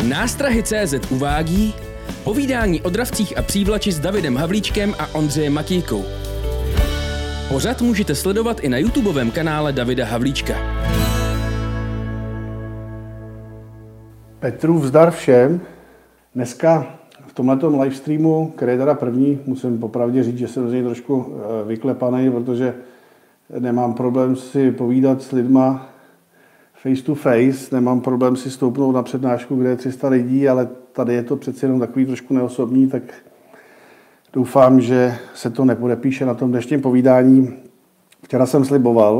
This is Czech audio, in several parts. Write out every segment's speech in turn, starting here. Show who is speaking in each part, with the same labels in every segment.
Speaker 1: Nástrahy.cz uvádí povídání o dravcích a přívlači s Davidem Havlíčkem a Ondřejem Matějkou. Pořad můžete sledovat i na YouTubeovém kanále Davida Havlíčka.
Speaker 2: Petrův zdar všem. Dneska v tomhletom livestreamu, který je teda první, musím popravdě říct, že jsem z něj trošku vyklepaný, protože nemám problém si povídat s lidma face to face, nemám problém si stoupnout na přednášku, kde je 300 lidí, ale tady je to přeci jenom takový trošku neosobní, tak doufám, že se to nepodepíše na tom dnešním povídání. Včera jsem sliboval,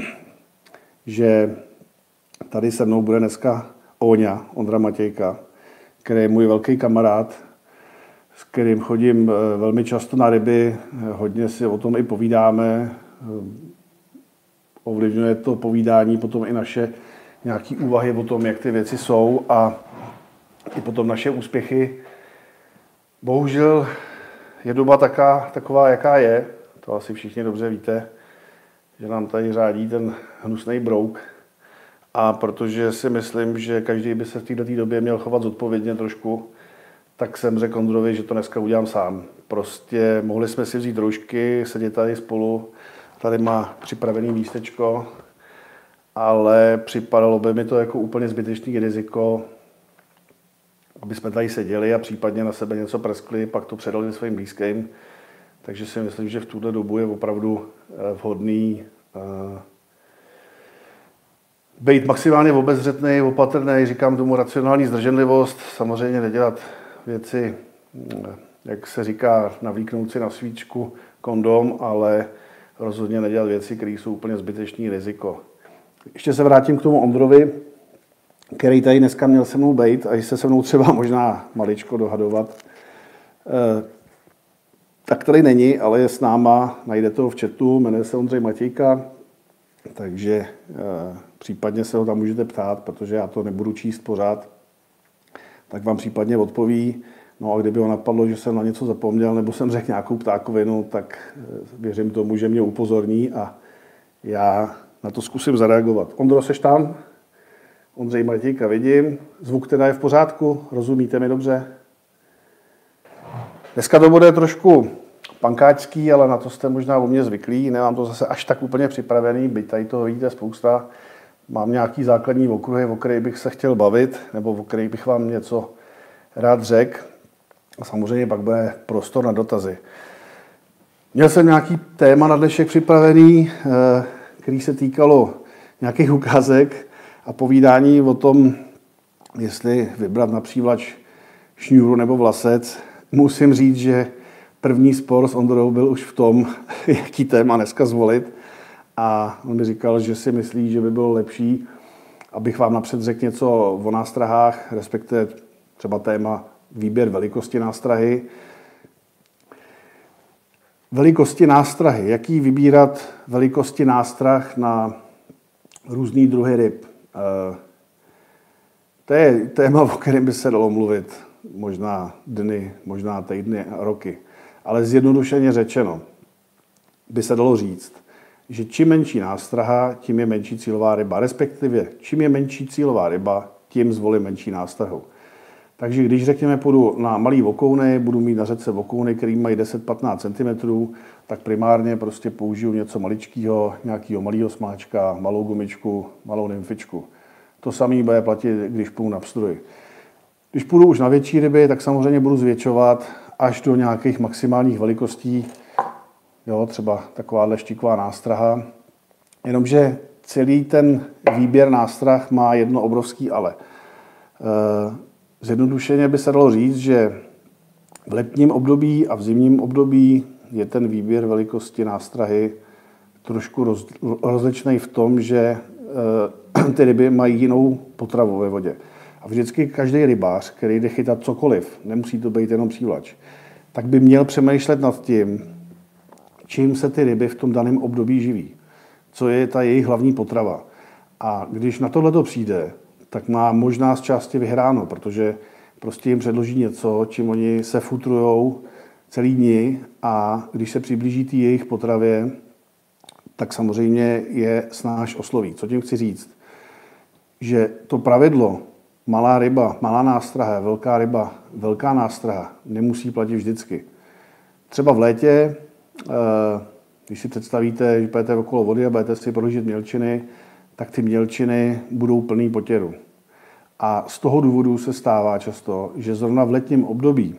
Speaker 2: že tady se mnou bude dneska Ondra Matějka, který je můj velký kamarád, s kterým chodím velmi často na ryby, hodně si o tom i povídáme, ovlivňuje to povídání potom i naše nějaké úvahy o tom, jak ty věci jsou a i potom naše úspěchy. Bohužel je doba taková, jaká je, to asi všichni dobře víte, že nám tady řádí ten hnusný brouk. A protože si myslím, že každý by se v této době měl chovat zodpovědně trošku, tak jsem řekl Ondrovi, že to dneska udělám sám. Prostě mohli jsme si vzít roušky, sedět tady spolu, tady má připravený místečko, ale připadalo by mi to jako úplně zbytečný riziko, aby jsme tady seděli a případně na sebe něco prskli, pak to předali svým blízkým. Takže si myslím, že v tuhle dobu je opravdu vhodný být maximálně obezřetný, opatrný, říkám tomu racionální zdrženlivost, samozřejmě nedělat věci, jak se říká, navlíknout si na svíčku kondom, ale rozhodně nedělat věci, které jsou úplně zbytečný riziko. Ještě se vrátím k tomu Ondrovi, který tady dneska měl se mnou být a se mnou třeba možná maličko dohadovat. Tak tady není, ale je s náma, najdete ho v chatu, jmenuje se Ondřej Matějka, takže případně se ho tam můžete ptát, protože já to nebudu číst pořád, tak vám případně odpoví. No a kdyby ho napadlo, že jsem na něco zapomněl, nebo jsem řekl nějakou ptákovinu, tak věřím tomu, že mě upozorní a já na to zkusím zareagovat. Ondro, seš tam? Ondřej Matějka vidím. Zvuk teda je v pořádku? Rozumíte mi dobře? Dneska to bude trošku pankáčský, ale na to jste možná u mě zvyklí. Nemám to zase až tak úplně připravený, byť tady toho vidíte spousta. Mám nějaký základní okruhy, o kterých bych se chtěl bavit, nebo o kterých bych vám něco rád řekl. A samozřejmě pak bude prostor na dotazy. Měl jsem nějaký téma na dnešek připravený, který se týkalo nějakých ukázek a povídání o tom, jestli vybrat na přívlač šňůru nebo vlasec. Musím říct, že první spor s Ondrou byl už v tom, jaký téma dneska zvolit. A on mi říkal, že si myslí, že by bylo lepší, abych vám napřed řekl něco o nástrahách, respektive třeba téma výběr velikosti nástrahy. Velikosti nástrahy. Jaký vybírat velikosti nástrah na různý druhy ryb? To je téma, o kterém by se dalo mluvit možná dny, možná týdny a roky. Ale zjednodušeně řečeno by se dalo říct, že čím menší nástraha, tím je menší cílová ryba. Respektive, čím je menší cílová ryba, tím zvolím menší nástrahu. Takže když řekněme, půjdu na malý vokouny, budu mít na řece vokouny, který mají 10-15 cm, tak primárně prostě použiju něco maličkého, nějakého malého smáčka, malou gumičku, malou nymfičku. To samé bude platit, když půjdu na pstruj. Když půjdu už na větší ryby, tak samozřejmě budu zvětšovat až do nějakých maximálních velikostí, jo, třeba takováhle štíková nástraha. Jenomže celý ten výběr nástrah má jedno obrovský ale. Zjednodušeně by se dalo říct, že v letním období a v zimním období je ten výběr velikosti nástrahy trošku rozličný v tom, že ty ryby mají jinou potravu ve vodě. A vždycky každý rybář, který jde chytat cokoliv, nemusí to být jenom přívlač, tak by měl přemýšlet nad tím, čím se ty ryby v tom daném období živí. Co je ta jejich hlavní potrava. A když na tohleto přijde, tak má možná z části vyhráno, protože prostě jim předloží něco, čím oni se futrujou celý dny a když se přiblíží té jejich potravě, tak samozřejmě je snáš osloví. Co tím chci říct? Že to pravidlo malá ryba, malá nástraha, velká ryba, velká nástraha nemusí platit vždycky. Třeba v létě, když si představíte, že půjdete okolo vody a budete si položit mělčiny, tak ty mělčiny budou plný potěru. A z toho důvodu se stává často, že zrovna v letním období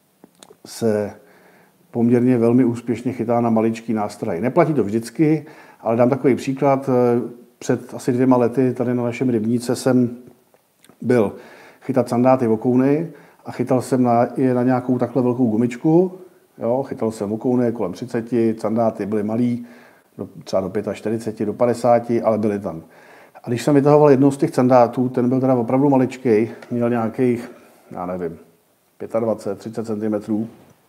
Speaker 2: se poměrně velmi úspěšně chytá na maličký nástroj. Neplatí to vždycky, ale dám takový příklad. Před asi 2 lety tady na našem rybníce jsem byl chytat sandáty vokouny a chytal jsem je na nějakou takhle velkou gumičku. Jo, chytal jsem vokouny kolem 30, sandáty byly malý, třeba do 45, do 50, ale byly tam. A když jsem vytahoval jednou z těch sandátů, ten byl teda opravdu maličkej, měl nějakých, já nevím, 25-30 cm.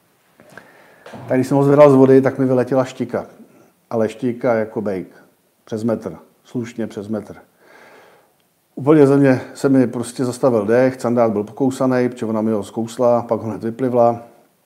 Speaker 2: Tak když jsem ho zvedal z vody, tak mi vyletěla štika. Ale štika jako bejk. Přes metr. Slušně přes metr. Úplně ze mě se mi prostě zastavil dech, sandát byl pokousaný, protože ona mi ho zkousla, pak ho hned vyplivla.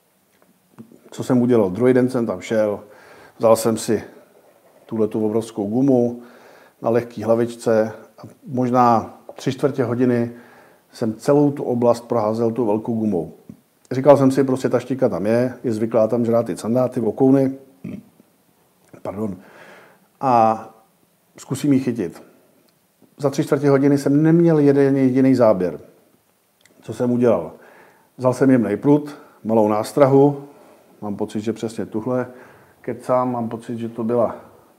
Speaker 2: Co jsem udělal? Druhý den jsem tam šel, vzal jsem si tuhletu obrovskou gumu na lehký hlavičce a možná 3/4 hodiny jsem celou tu oblast proházel tu velkou gumou. Říkal jsem si, prostě ta štika tam je zvyklá tam žrát ty sandáty, vokouny. Pardon. A zkusím ji chytit. Za 3/4 hodiny jsem neměl jeden jediný záběr. Co jsem udělal? Vzal jsem jemnej prut, malou nástrahu, mám pocit, že přesně tuhle kecám, mám pocit, že to byla,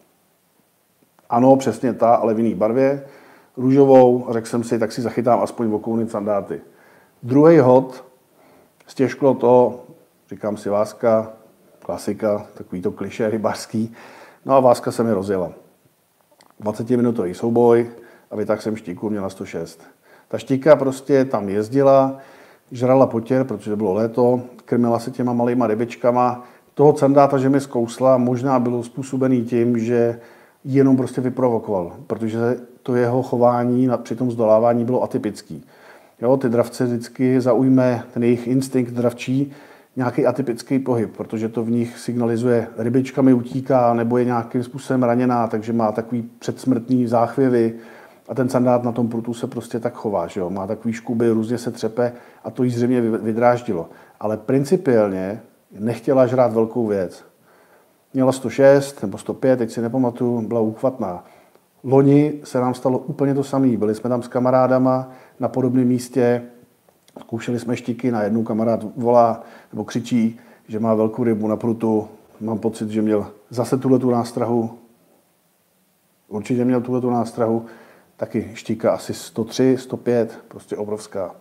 Speaker 2: ano, přesně ta, ale v jiný barvě, růžovou, řekl jsem si, tak si zachytám aspoň vokouny sandáty. Druhý hod, stěžklo to, říkám si váska, klasika, takový to klišé rybářský, no a váska se mi rozjela. 20-minutový souboj a vytáhl jsem štiku, měla 106. Ta štika prostě tam jezdila, žrala potěr, protože bylo léto, krmila se těma malýma rybičkama. Toho sandáta, že mi zkousla, možná bylo způsobený tím, že jenom prostě vyprovokoval, protože to jeho chování při tom zdolávání bylo atypický. Jo, ty dravce vždycky zaujme ten jejich instinkt dravčí nějaký atypický pohyb, protože to v nich signalizuje, rybička mi utíká nebo je nějakým způsobem raněná, takže má takový předsmrtný záchvěvy a ten sandát na tom prutu se prostě tak chová, že jo? Má takový škuby, různě se třepe a to jí zřejmě vydráždilo. Ale principiálně nechtěla žrát velkou věc. Měla 106 nebo 105, teď si nepamatuju, byla úchvatná. Loni se nám stalo úplně to samé. Byli jsme tam s kamarádama na podobném místě, zkoušeli jsme štiky, na jednu kamarád volá nebo křičí, že má velkou rybu na prutu. Mám pocit, že měl zase tuhletu nástrahu. Určitě měl tuhletu nástrahu. Taky štika asi 103, 105, prostě obrovská.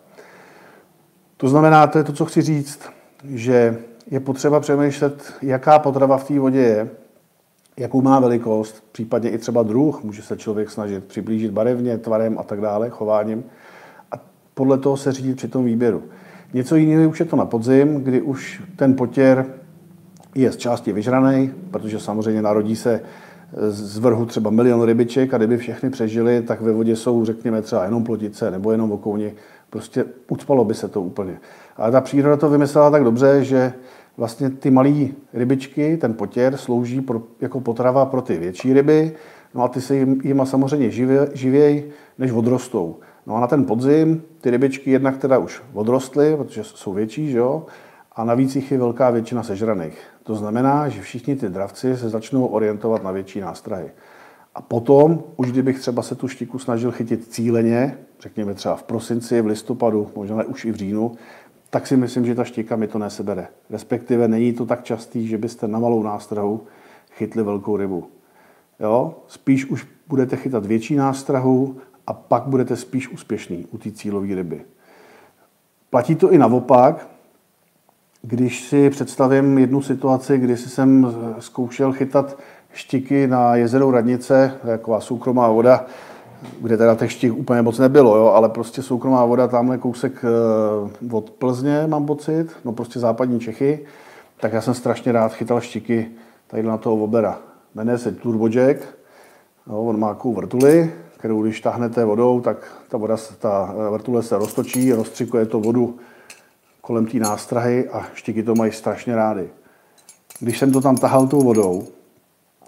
Speaker 2: To znamená, to je to, co chci říct, že je potřeba přemýšlet, jaká potrava v té vodě je, jakou má velikost, případně i třeba druh, může se člověk snažit přiblížit barevně, tvarem a tak dále, chováním. A podle toho se řídit při tom výběru. Něco jiného už je to na podzim, kdy už ten potěr je z části vyžranej, protože samozřejmě narodí se z vrhu třeba 1 000 000 rybiček a kdyby všechny přežili, tak ve vodě jsou, řekněme, třeba jenom plotice nebo jenom vokouni. Prostě ucpalo by se to úplně. Ale ta příroda to vymyslela tak dobře, že vlastně ty malé rybičky, ten potěr, slouží jako potrava pro ty větší ryby, no a ty se jima samozřejmě živějí, než odrostou. No a na ten podzim ty rybičky jednak teda už odrostly, protože jsou větší, že jo? A navíc jich je velká většina sežraných. To znamená, že všichni ty dravci se začnou orientovat na větší nástrahy. A potom, už kdybych třeba se tu štiku snažil chytit cíleně, řekněme třeba v prosinci, v listopadu, možná už i v říjnu, tak si myslím, že ta štika mi to nesebere. Respektive není to tak častý, že byste na malou nástrahu chytli velkou rybu. Jo? Spíš už budete chytat větší nástrahu a pak budete spíš úspěšný u té cílové ryby. Platí to i naopak. Když si představím jednu situaci, kdy jsem zkoušel chytat štiky na jezeru Radnice, taková soukromá voda, kde teda těch štik úplně moc nebylo, jo, ale prostě soukromá voda, tamhle kousek od Plzně, mám pocit, no prostě západní Čechy, tak já jsem strašně rád chytal štiky tady na toho woblera. Jmenuje se Turbojack, no, on má takovou vrtuli, kterou když táhnete vodou, tak ta vrtule se roztočí, rozstřikuje to vodu kolem té nástrahy a štiky to mají strašně rády. Když jsem to tam tahal tou vodou,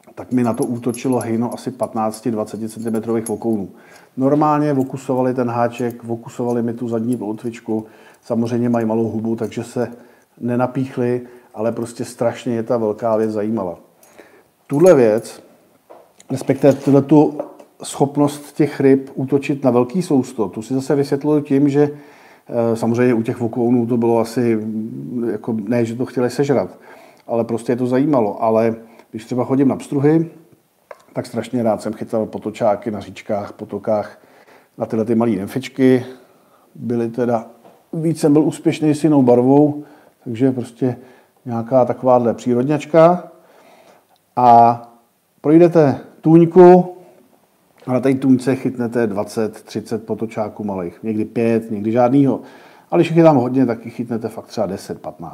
Speaker 2: tak mi na to útočilo hejno asi 15-20 cm vokounů. Normálně vokusovali ten háček, vokusovali mi tu zadní ploutvičku, samozřejmě mají malou hubu, takže se nenapíchli, ale prostě strašně je ta velká věc zajímala. Tuhle věc, respektive tu schopnost těch ryb útočit na velký sousto, tu si zase vysvětluju tím, že samozřejmě u těch vokounů to bylo asi, jako, ne, že to chtěli sežrat, ale prostě je to zajímalo. Ale když třeba chodím na pstruhy, tak strašně rád jsem chytal potočáky na říčkách, potokách, na tyhle ty malé nymfičky. Byly teda, víc jsem byl úspěšný s jinou barvou, takže prostě nějaká takováhle přírodňačka. A projdete tůňku a na té tůňce chytnete 20-30 potočáků malých. Někdy 5, někdy žádnýho. Ale když chytám hodně, tak chytnete fakt třeba 10-15.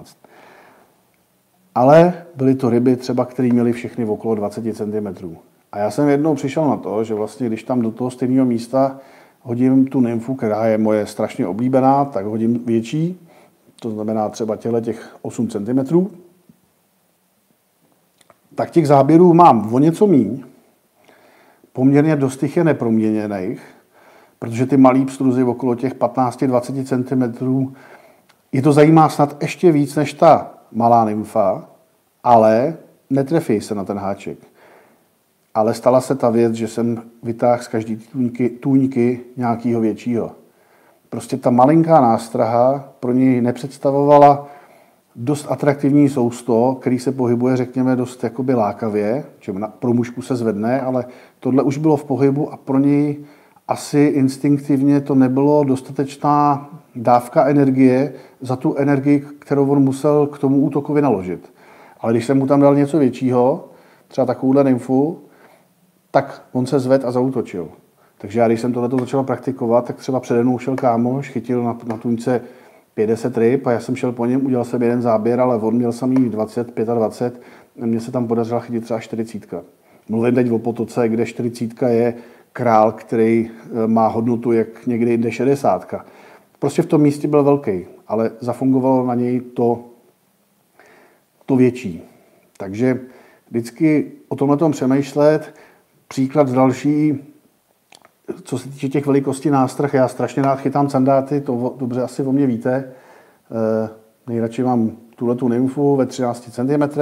Speaker 2: Ale byly to ryby třeba, které měly všechny okolo 20 cm. A já jsem jednou přišel na to, že vlastně, když tam do toho stejného místa hodím tu nymfu, která je moje strašně oblíbená, tak hodím větší, to znamená třeba těch 8 cm, tak těch záběrů mám o něco míň, poměrně dost těch je neproměněných, protože ty malý pstruzy okolo těch 15-20 cm, je to zajímá snad ještě víc než ta malá nymfa, ale netrefí se na ten háček. Ale stala se ta věc, že jsem vytáhl z každé tůňky nějakého většího. Prostě ta malinká nástraha pro něj nepředstavovala dost atraktivní sousto, který se pohybuje, řekněme, dost jakoby lákavě, čím pro mužku se zvedne, ale tohle už bylo v pohybu a pro něj asi instinktivně to nebylo dostatečná dávka energie za tu energii, kterou on musel k tomu útoku vynaložit. Ale když jsem mu tam dal něco většího, třeba takovouhle nymfu, tak on se zvedl a zaútočil. Takže já, když jsem tohleto začal praktikovat, tak třeba přede mnou šel kámoš, chytil na tůňce 50 ryb a já jsem šel po něm, udělal jsem jeden záběr, ale on měl samý 20, 25, a mně se tam podařilo chytit třeba 40. Mluvím teď o potoce, kde 40 je král, který má hodnotu jak někdy jinde 60. Prostě v tom místě byl velký, ale zafungovalo na něj to větší. Takže vždycky o tomhle přemýšlet. Příklad další, co se týče těch velikostí nástrah, já strašně rád chytám sandáty, to dobře asi o mě víte. Nejradši mám tuhletu nymfu ve 13 cm,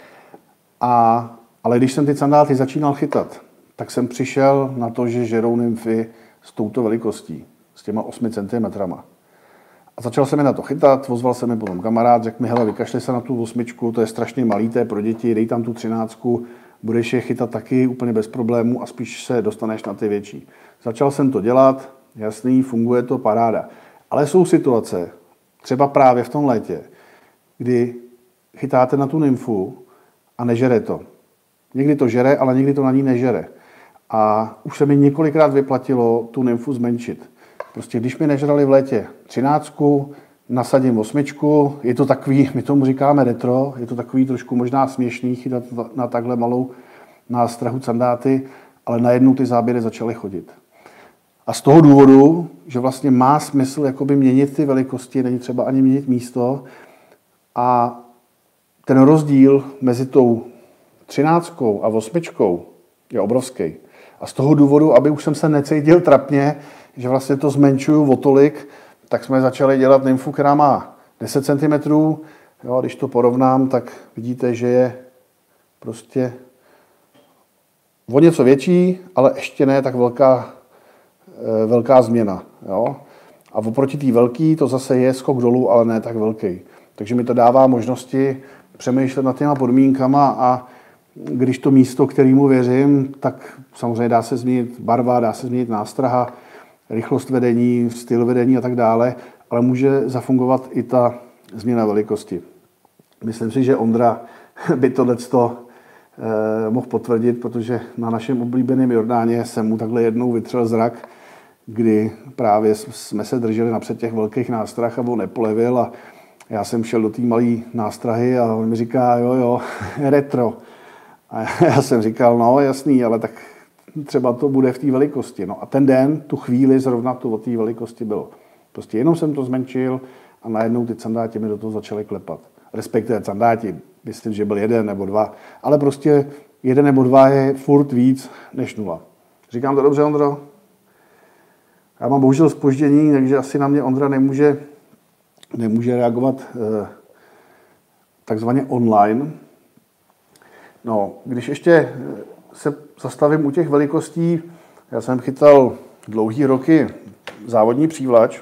Speaker 2: ale když jsem ty sandáty začínal chytat, tak jsem přišel na to, že žerou nymfy s touto velikostí, s těma 8 cm. A začal jsem je na to chytat, ozval se mi potom kamarád, řekl mi, hele, vykašli se na tu 8, to je strašně malý, to je pro děti, dej tam tu 13, budeš je chytat taky úplně bez problémů a spíš se dostaneš na ty větší. Začal jsem to dělat, jasný, funguje to, paráda. Ale jsou situace, třeba právě v tom létě, kdy chytáte na tu nymfu a nežere to. Někdy to žere, ale někdy to na ní nežere. A už se mi několikrát vyplatilo tu nymfu zmenšit. Prostě když mi nežrali v létě 13, nasadím 8, je to takový, my tomu říkáme retro, je to takový trošku možná směšný chytat na takhle malou nástrahu sandáty, ale najednou ty záběry začaly chodit. A z toho důvodu, že vlastně má smysl jakoby měnit ty velikosti, není třeba ani měnit místo a ten rozdíl mezi tou 13 a 8 je obrovský. A z toho důvodu, aby už jsem se necítil trapně, že vlastně to zmenšuju o tolik, tak jsme začali dělat nymfu, která má 10 cm. Jo, když to porovnám, tak vidíte, že je prostě o něco větší, ale ještě ne tak velká změna. Jo. A oproti té velké to zase je skok dolů, ale ne tak velký. Takže mi to dává možnosti přemýšlet nad těma podmínkama a když to místo, kterému věřím, tak samozřejmě dá se změnit barva, dá se změnit nástraha, rychlost vedení, styl vedení a tak dále, ale může zafungovat i ta změna velikosti. Myslím si, že Ondra by tohleto mohl potvrdit, protože na našem oblíbeném Jordáně jsem mu takhle jednou vytřel zrak, kdy právě jsme se drželi napřed těch velkých nástrah a on nepolevil a já jsem šel do té malé nástrahy a on mi říká, jo, retro. A já jsem říkal, no jasný, ale tak třeba to bude v té velikosti. No a ten den, tu chvíli zrovna to o té velikosti bylo. Prostě jenom jsem to zmenšil a najednou ty sandáti mi do toho začaly klepat. Respektive sandáti, myslím, že byl 1 nebo 2, ale prostě 1 nebo 2 je furt víc než 0. Říkám to dobře, Ondro? Já mám bohužel zpoždění, takže asi na mě Ondra nemůže reagovat takzvaně online. No, když ještě se zastavím u těch velikostí, já jsem chytal dlouhý roky závodní přívlač.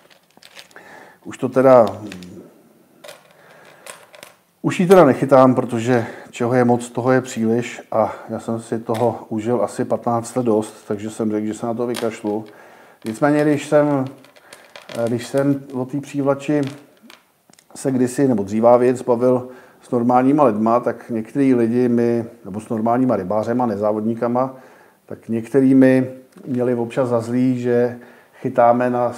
Speaker 2: Už ji teda nechytám, protože čeho je moc, toho je příliš a já jsem si toho užil asi 15 let dost, takže jsem řekl, že se na to vykašlu. Nicméně, když jsem o té přívlači se kdysi, nebo dřívávěc, bavil s normálníma lidma, tak některý lidi nebo s normálníma rybářema, nezávodníkama, tak některý měli občas za zlý, že chytáme na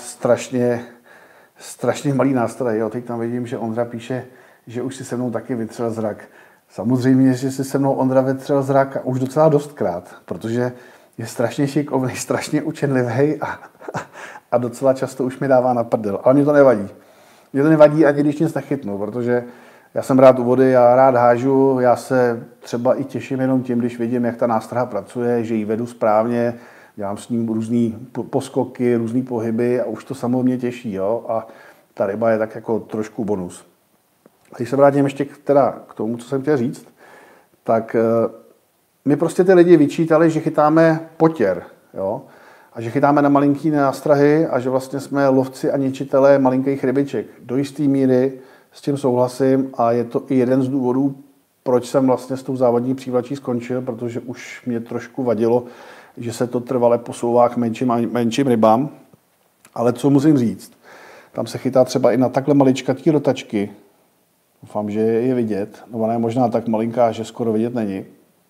Speaker 2: strašně malý nástroj. Jo, teď tam vidím, že Ondra píše, že už si se mnou taky vytřel zrak. Samozřejmě, že si se mnou Ondra vytřel zrak a už docela dostkrát, protože je strašně šikovný, strašně učenlivý a docela často už mi dává na prdel. Ale mě to nevadí. Mě to nevadí ani když nic nechytnu, protože já jsem rád u vody, já rád hážu, já se třeba i těším jenom tím, když vidím, jak ta nástraha pracuje, že ji vedu správně, dělám s ním různý poskoky, různý pohyby a už to samo mě těší. Jo? A ta ryba je tak jako trošku bonus. A když se vrátím ještě k tomu, co jsem chtěl říct, tak my prostě ty lidi vyčítali, že chytáme potěr, jo? A že chytáme na malinký nástrahy a že vlastně jsme lovci a ničitelé malinkých rybiček. Do jisté míry s tím souhlasím a je to i jeden z důvodů, proč jsem vlastně s tou závodní přívlačí skončil, protože už mě trošku vadilo, že se to trvale posouvá k menším rybám. Ale co musím říct, tam se chytá třeba i na takhle maličkatý rotačky. Doufám, že je vidět. No ona je možná tak malinká, že skoro vidět není.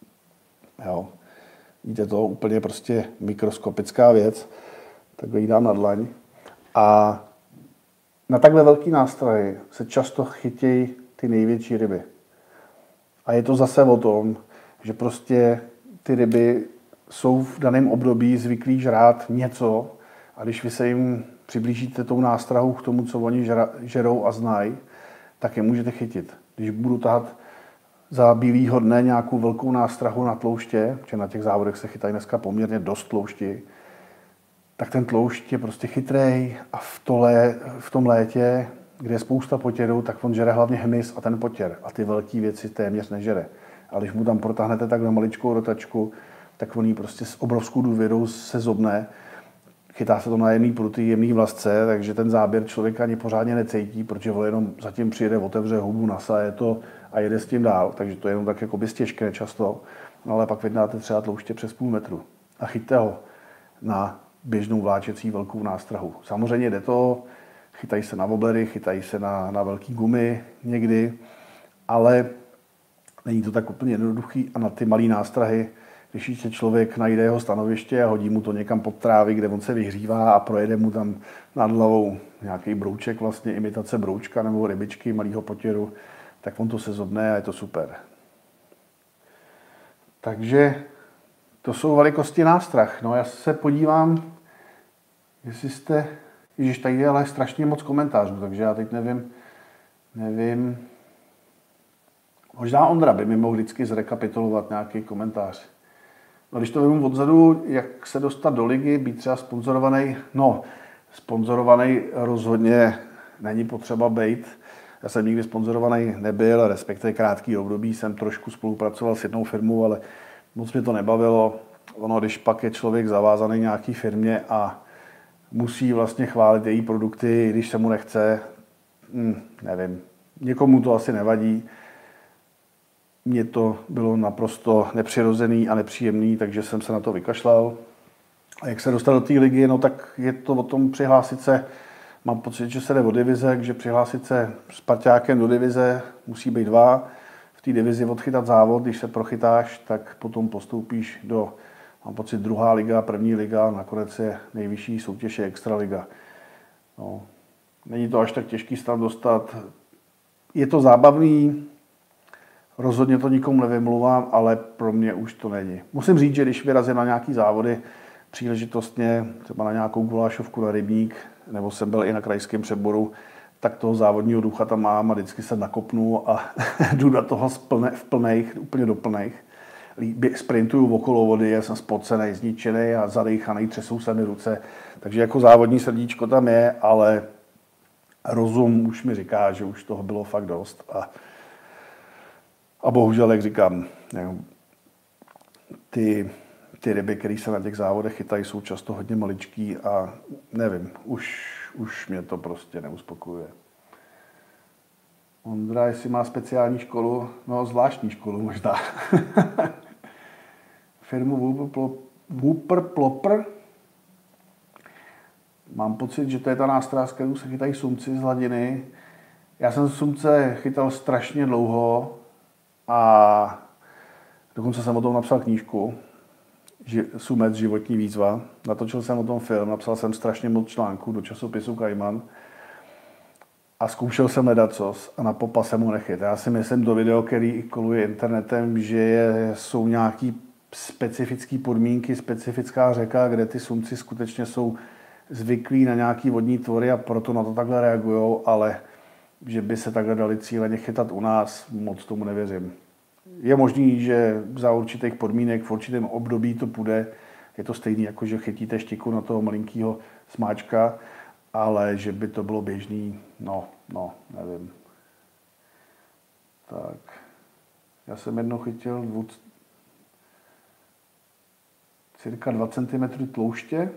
Speaker 2: Jo. Víte to, úplně prostě mikroskopická věc. Takhle ji dám na dlaň. A na takhle velký nástroj se často chytějí ty největší ryby. A je to zase o tom, že prostě ty ryby jsou v daném období zvyklí žrát něco a když vy se jim přiblížíte tou nástrahou k tomu, co oni žerou a znají, tak je můžete chytit. Když budu tahat za bílýho dne nějakou velkou nástrahu na tlouště, protože na těch závodech se chytají dneska poměrně dost tloušti, tak ten tloušť je prostě chytrej a v tom létě, kde je spousta potěrů, tak on žere hlavně hmyz a ten potěr. A ty velké věci téměř nežere. A když mu tam protáhnete takhle maličkou rotačku, tak on jí prostě s obrovskou důvěrou se zobne. Chytá se to na jemný pruty, jemný vlasce, takže ten záběr člověka ani pořádně necítí, protože on jenom zatím přijede, otevře hubu, nasaje to a jede s tím dál. Takže to je jenom tak jakoby stěžké často. No ale pak vydáte třeba tlouště přes půl metru a chyťte ho na běžnou vláčecí velkou nástrahu. Samozřejmě jde to, chytají se na woblery, chytají se na velký gumy někdy, ale není to tak úplně jednoduchý a na ty malé nástrahy, když se člověk najde jeho stanoviště a hodí mu to někam pod trávy, kde on se vyhřívá a projede mu tam nad hlavou nějaký brouček, vlastně imitace broučka nebo rybičky malého potěru, tak on to se zobne a je to super. Takže to jsou velikosti nástrah. No já se podívám, jestli jste... Ježiš, tady je ale strašně moc komentářů, takže já teď nevím. Možná Ondra by mi mohl vždycky zrekapitulovat nějaký komentář. No, když to vím odzadu, jak se dostat do ligy, být třeba sponzorovaný, no, sponzorovaný rozhodně není potřeba být. Já jsem nikdy sponzorovaný nebyl, respektive krátký období jsem trošku spolupracoval s jednou firmou, ale moc mě to nebavilo. Ono, když pak je člověk zavázaný nějaký firmě a musí vlastně chválit její produkty, i když se mu nechce, nevím, někomu to asi nevadí. Mně to bylo naprosto nepřirozený a nepříjemný, takže jsem se na to vykašlal. A jak se dostat do té ligy, no tak je to o tom přihlásit se, mám pocit, že se jde o divize, že přihlásit se s parťákem do divize musí být 2. V té divizi odchytat závod, když se prochytáš, tak potom postoupíš do, mám pocit, 2. liga, 1. liga, nakonec je nejvyšší soutěž je extraliga. No, není to až tak těžký se tam dostat. Je to zábavný, rozhodně to nikomu nevymluvám, ale pro mě už to není. Musím říct, že když vyrazím na nějaký závody, příležitostně, třeba na nějakou gulášovku na rybník, nebo jsem byl i na krajském přeboru, tak toho závodního ducha tam mám a vždycky se nakopnu a jdu do toho úplně do plných. sprintuju okolo vody, já jsem spocený, zničený a zadejchaný, třesou se mi ruce. Takže jako závodní srdíčko tam je, ale rozum už mi říká, že už toho bylo fakt dost. A bohužel, jak říkám, ty ryby, které se na těch závodech chytají, jsou často hodně maličký a nevím, už mě to prostě neuspokojuje. Ondra, jestli má speciální školu, no zvláštní školu možná. Firmu Whooper Plopper. Mám pocit, že to je ta nástroj, s kterou se chytají sumci z hladiny. Já jsem sumce chytal strašně dlouho a dokonce jsem o tom napsal knížku. Sumec, životní výzva. Natočil jsem o tom film, napsal jsem strašně moc článků do časopisu Kajman a zkoušel jsem ledacos a na popa jsem ho nechyt. Já si myslím do video, který koluje internetem, že jsou nějaký specifické podmínky, specifická řeka, kde ty sumci skutečně jsou zvyklí na nějaký vodní tvory a proto na to takhle reagujou, ale že by se takhle dali cíleně chytat u nás, moc tomu nevěřím. Je možný, že za určitých podmínek v určitém období to půjde. Je to stejný, jako že chytíte štiku na toho malinkého smáčka, ale že by to bylo běžný, no, nevím. Tak, já jsem jednou chytil cirka 2 cm tlouště.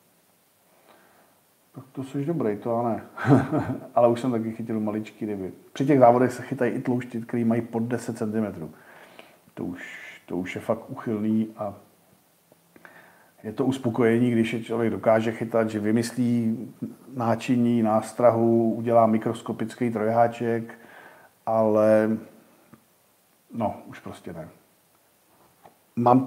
Speaker 2: Tak to jsi dobrý, to a ne. Ale už jsem taky chytil maličký ryby. Při těch závodech se chytají i tloušti, které mají pod 10 cm. To už je fakt uchylný a je to uspokojení, když je člověk dokáže chytat, že vymyslí náčiní, nástrahu, udělá mikroskopický trojháček, ale no, už prostě ne. Mám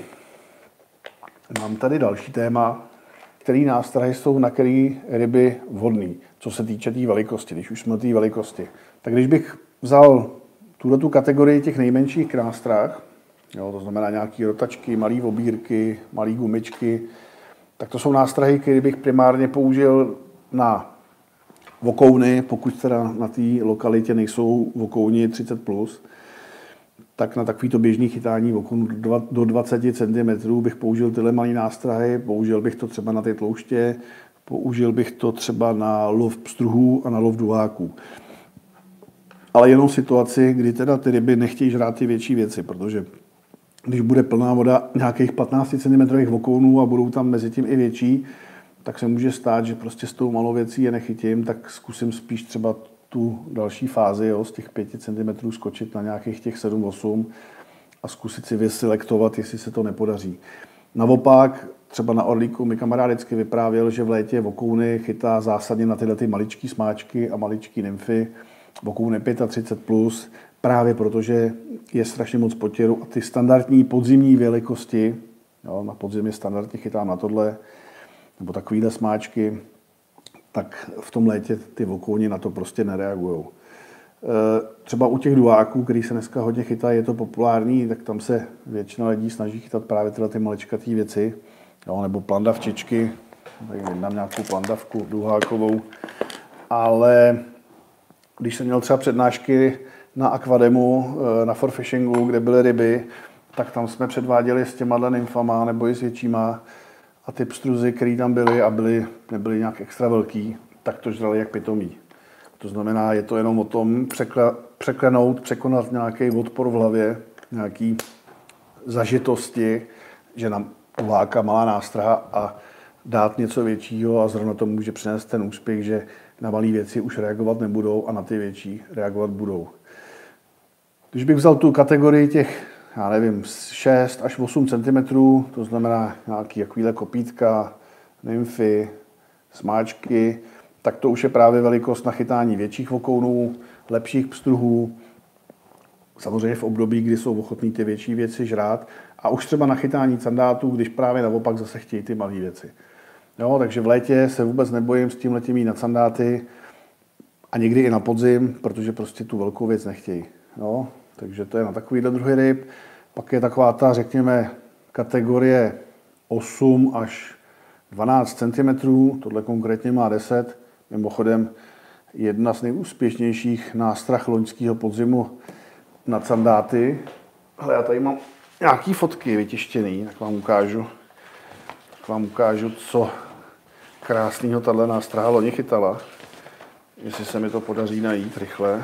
Speaker 2: tady další téma, který nástrahy jsou na který ryby vhodný, co se týče té velikosti, když už jsme o té velikosti. Tak když bych vzal tu kategorii těch nejmenších nástrah, jo, to znamená nějaké rotačky, malé obírky, malé gumičky, tak to jsou nástrahy, které bych primárně použil na vokouny, pokud teda na té lokalitě nejsou vokouni 30+, tak na takovýto běžný chytání vokounů do 20 cm bych použil tyhle malé nástrahy, použil bych to třeba na ty tlouště, použil bych to třeba na lov pstruhů a na lov duháků. Ale jenom v situaci, kdy teda ty ryby nechtějí žrát ty větší věci, protože když bude plná voda nějakých 15 cm vokounů a budou tam mezi tím i větší, tak se může stát, že prostě s tou malou věcí je nechytím, tak zkusím spíš třeba tu další fázi, jo, z těch 5 cm skočit na nějakých těch 7-8 a zkusit si vyselektovat, jestli se to nepodaří. Naopak, třeba na Orlíku mi kamarád vždycky vyprávěl, že v létě vokouny chytá zásadně na tyhle ty maličký smáčky a maličký nymfy, vokouny 35+, právě protože je strašně moc potěru a ty standardní podzimní velikosti, jo, na podzim je standardně chytám na tohle, nebo takovýhle smáčky, tak v tom létě ty vokouni na to prostě nereagují. Třeba u těch duháků, který se dneska hodně chytají, je to populární, tak tam se většina lidí snaží chytat právě tyhle ty maličkatý věci, jo, nebo plandavčičky, tady dám nějakou plandavku duhákovou, ale když jsem měl třeba přednášky na Aquademu, na forfishingu, kde byly ryby, tak tam jsme předváděli s těma nymfama nebo i s většíma a ty pstruzy, které tam byly a nebyly nějak extra velký, tak to žrali jak pitomí. To znamená, je to jenom o tom překonat nějaký odpor v hlavě, nějaký zažitosti, že nám uháka malá nástraha a dát něco většího a zrovna to může přinést ten úspěch, že na malé věci už reagovat nebudou a na ty větší reagovat budou. Když bych vzal tu kategorii těch, já nevím, 6 až 8 cm, to znamená nějaký takovýhle kopítka, nymfy, smáčky, tak to už je právě velikost na chytání větších vokounů, lepších pstruhů, samozřejmě v období, kdy jsou ochotní ty větší věci žrát a už třeba na chytání sandátů, když právě naopak zase chtějí ty malé věci. Jo, takže v létě se vůbec nebojím s tímhletím jít na sandáty a někdy i na podzim, protože prostě tu velkou věc nechtějí. Jo, takže to je na takovýhle druhý ryb. Pak je taková ta, řekněme, kategorie 8 až 12 cm, tohle konkrétně má 10. Mimochodem, jedna z nejúspěšnějších nástrah loňského podzimu na sandáty. Ale já tady mám nějaký fotky vytištěný, tak vám ukážu, co krásného tahle nástraha loni chytala. Jestli se mi to podaří najít rychle.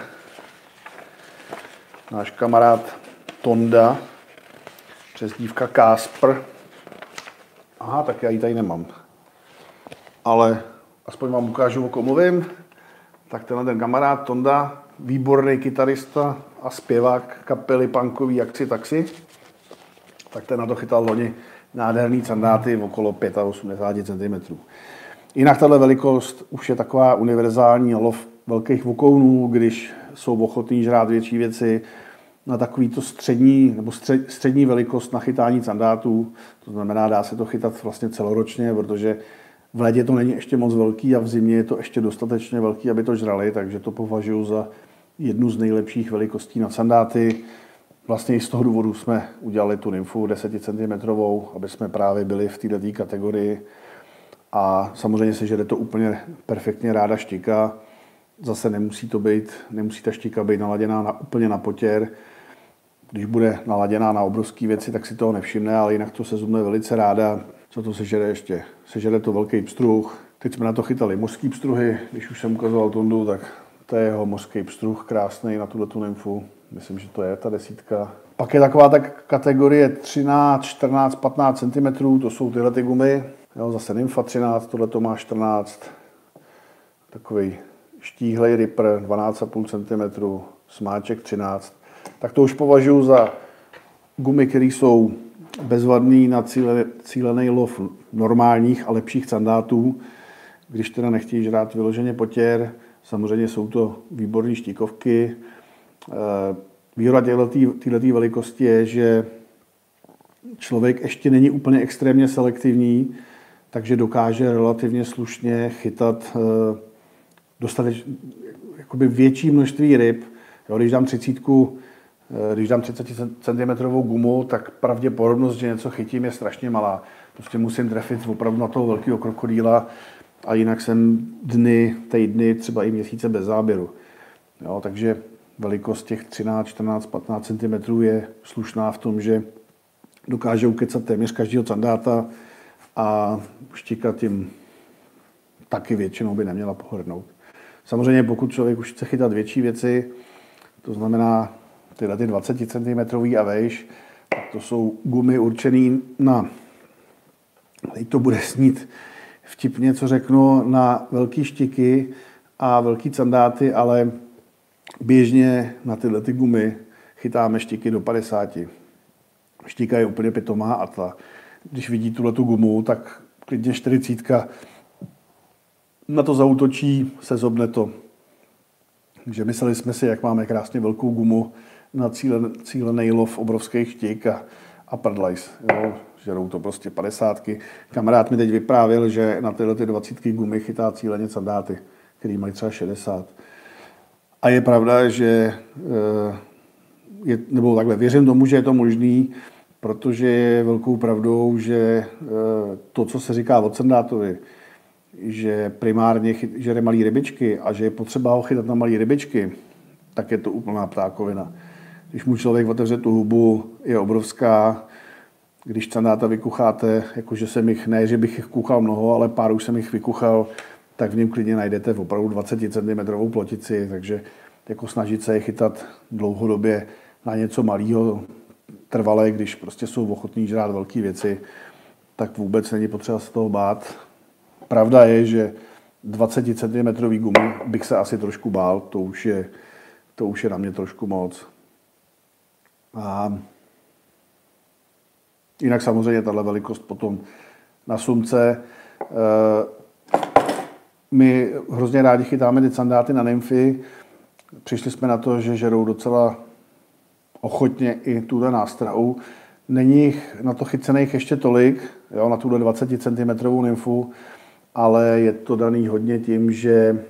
Speaker 2: Náš kamarád Tonda, přezdívka Kasper. Aha, tak já ji tady nemám. Ale aspoň vám ukážu, o kom mluvím. Tak tenhle ten kamarád Tonda, výborný kytarista a zpěvák kapely punkový Jaxi Taxi, tak ten na to chytal loni nádherný sandáty okolo 85 cm. Jinak tahle velikost už je taková univerzální lov velkých vokounů, když jsou ochotní žrát větší věci, na takovýto střední velikost na chytání sandátů. To znamená, dá se to chytat vlastně celoročně, protože v létě to není ještě moc velký a v zimě je to ještě dostatečně velký, aby to žrali, takže to považuji za jednu z nejlepších velikostí na sandáty. Vlastně i z toho důvodu jsme udělali tu nymfu 10 cm, aby jsme právě byli v této kategorii. A samozřejmě se žere to úplně perfektně ráda štika. Zase nemusí ta štika být naladěná úplně na potěr. Když bude naladěná na obrovské věci, tak si toho nevšimne, ale jinak to se zubne velice ráda. Co to sežere ještě? Sežere to velký pstruh. Teď jsme na to chytali mořský pstruhy. Když už jsem ukazoval Tondu, tak to je jeho mořský pstruh, krásný na tuto nymfu. Myslím, že to je ta 10. Pak je taková ta kategorie 13, 14, 15 cm, to jsou tyhle ty gumy. Jo, zase nymfa 13, tohle to má 14. Takový štíhlej ripper 12,5 cm, smáček 13. Tak to už považuji za gumy, které jsou bezvadný na cílený lov normálních a lepších sandátů. Když teda nechtějí žrát vyloženě potěr, samozřejmě jsou to výborné štíkovky. Výhoda této velikosti je, že člověk ještě není úplně extrémně selektivní, takže dokáže relativně slušně chytat jakoby větší množství ryb. Jo, když dám 30 cm gumu, tak pravděpodobnost, že něco chytím, je strašně malá. Prostě musím trefit opravdu na toho velkého krokodýla a jinak jsem dny, týdny, třeba i měsíce bez záběru. Jo, takže velikost těch 13, 14, 15 cm je slušná v tom, že dokáže ukecat téměř každého sandáta a štika tím taky většinou by neměla pohrdnout. Samozřejmě pokud člověk už chce chytat větší věci, to znamená tyhle ty 20 cm a vejš, tak to jsou gumy určené na, teď to bude snít vtipně, co řeknu, na velký štiky a velký sandáty, ale běžně na tyhle ty gumy chytáme štiky do 50. Štika je úplně pitomá a když vidí tuhletu gumu, tak klidně 40 na to zaútočí, se zobne to. Takže mysleli jsme si, jak máme krásně velkou gumu na cílený lov obrovských štik a prdlajs. Žerou to prostě 50. Kamarád mi teď vyprávěl, že na tyhle 20 gumy chytá cíleně sandáty, který mají třeba 60. A je pravda, že nebo takhle, věřím tomu, že je to možný, protože je velkou pravdou, že to, co se říká o sandátovi, že primárně žere malý rybičky a že je potřeba ho chytat na malý rybičky, tak je to úplná ptákovina. Když mu člověk otevře tu hubu, je obrovská. Když sandáta vykucháte, jakože jsem jich, ne, že bych jich kuchal mnoho, ale pár už jsem jich vykuchal, tak v něm klidně najdete opravdu 20 cm plotici, takže jako snažit se je chytat dlouhodobě na něco malého, trvalé, když prostě jsou ochotní žrát velké věci, tak vůbec není potřeba se toho bát. Pravda je, že 20 cm gumy bych se asi trošku bál, to už je na mě trošku moc. A jinak samozřejmě tahle velikost potom na sumce. My hrozně rádi chytáme ty sandáty na nymfy. Přišli jsme na to, že žerou docela ochotně i tuhle nástrahu. Není jich na to chycených ještě tolik, jo, na tuhle 20 cm nymfu, ale je to daný hodně tím, že,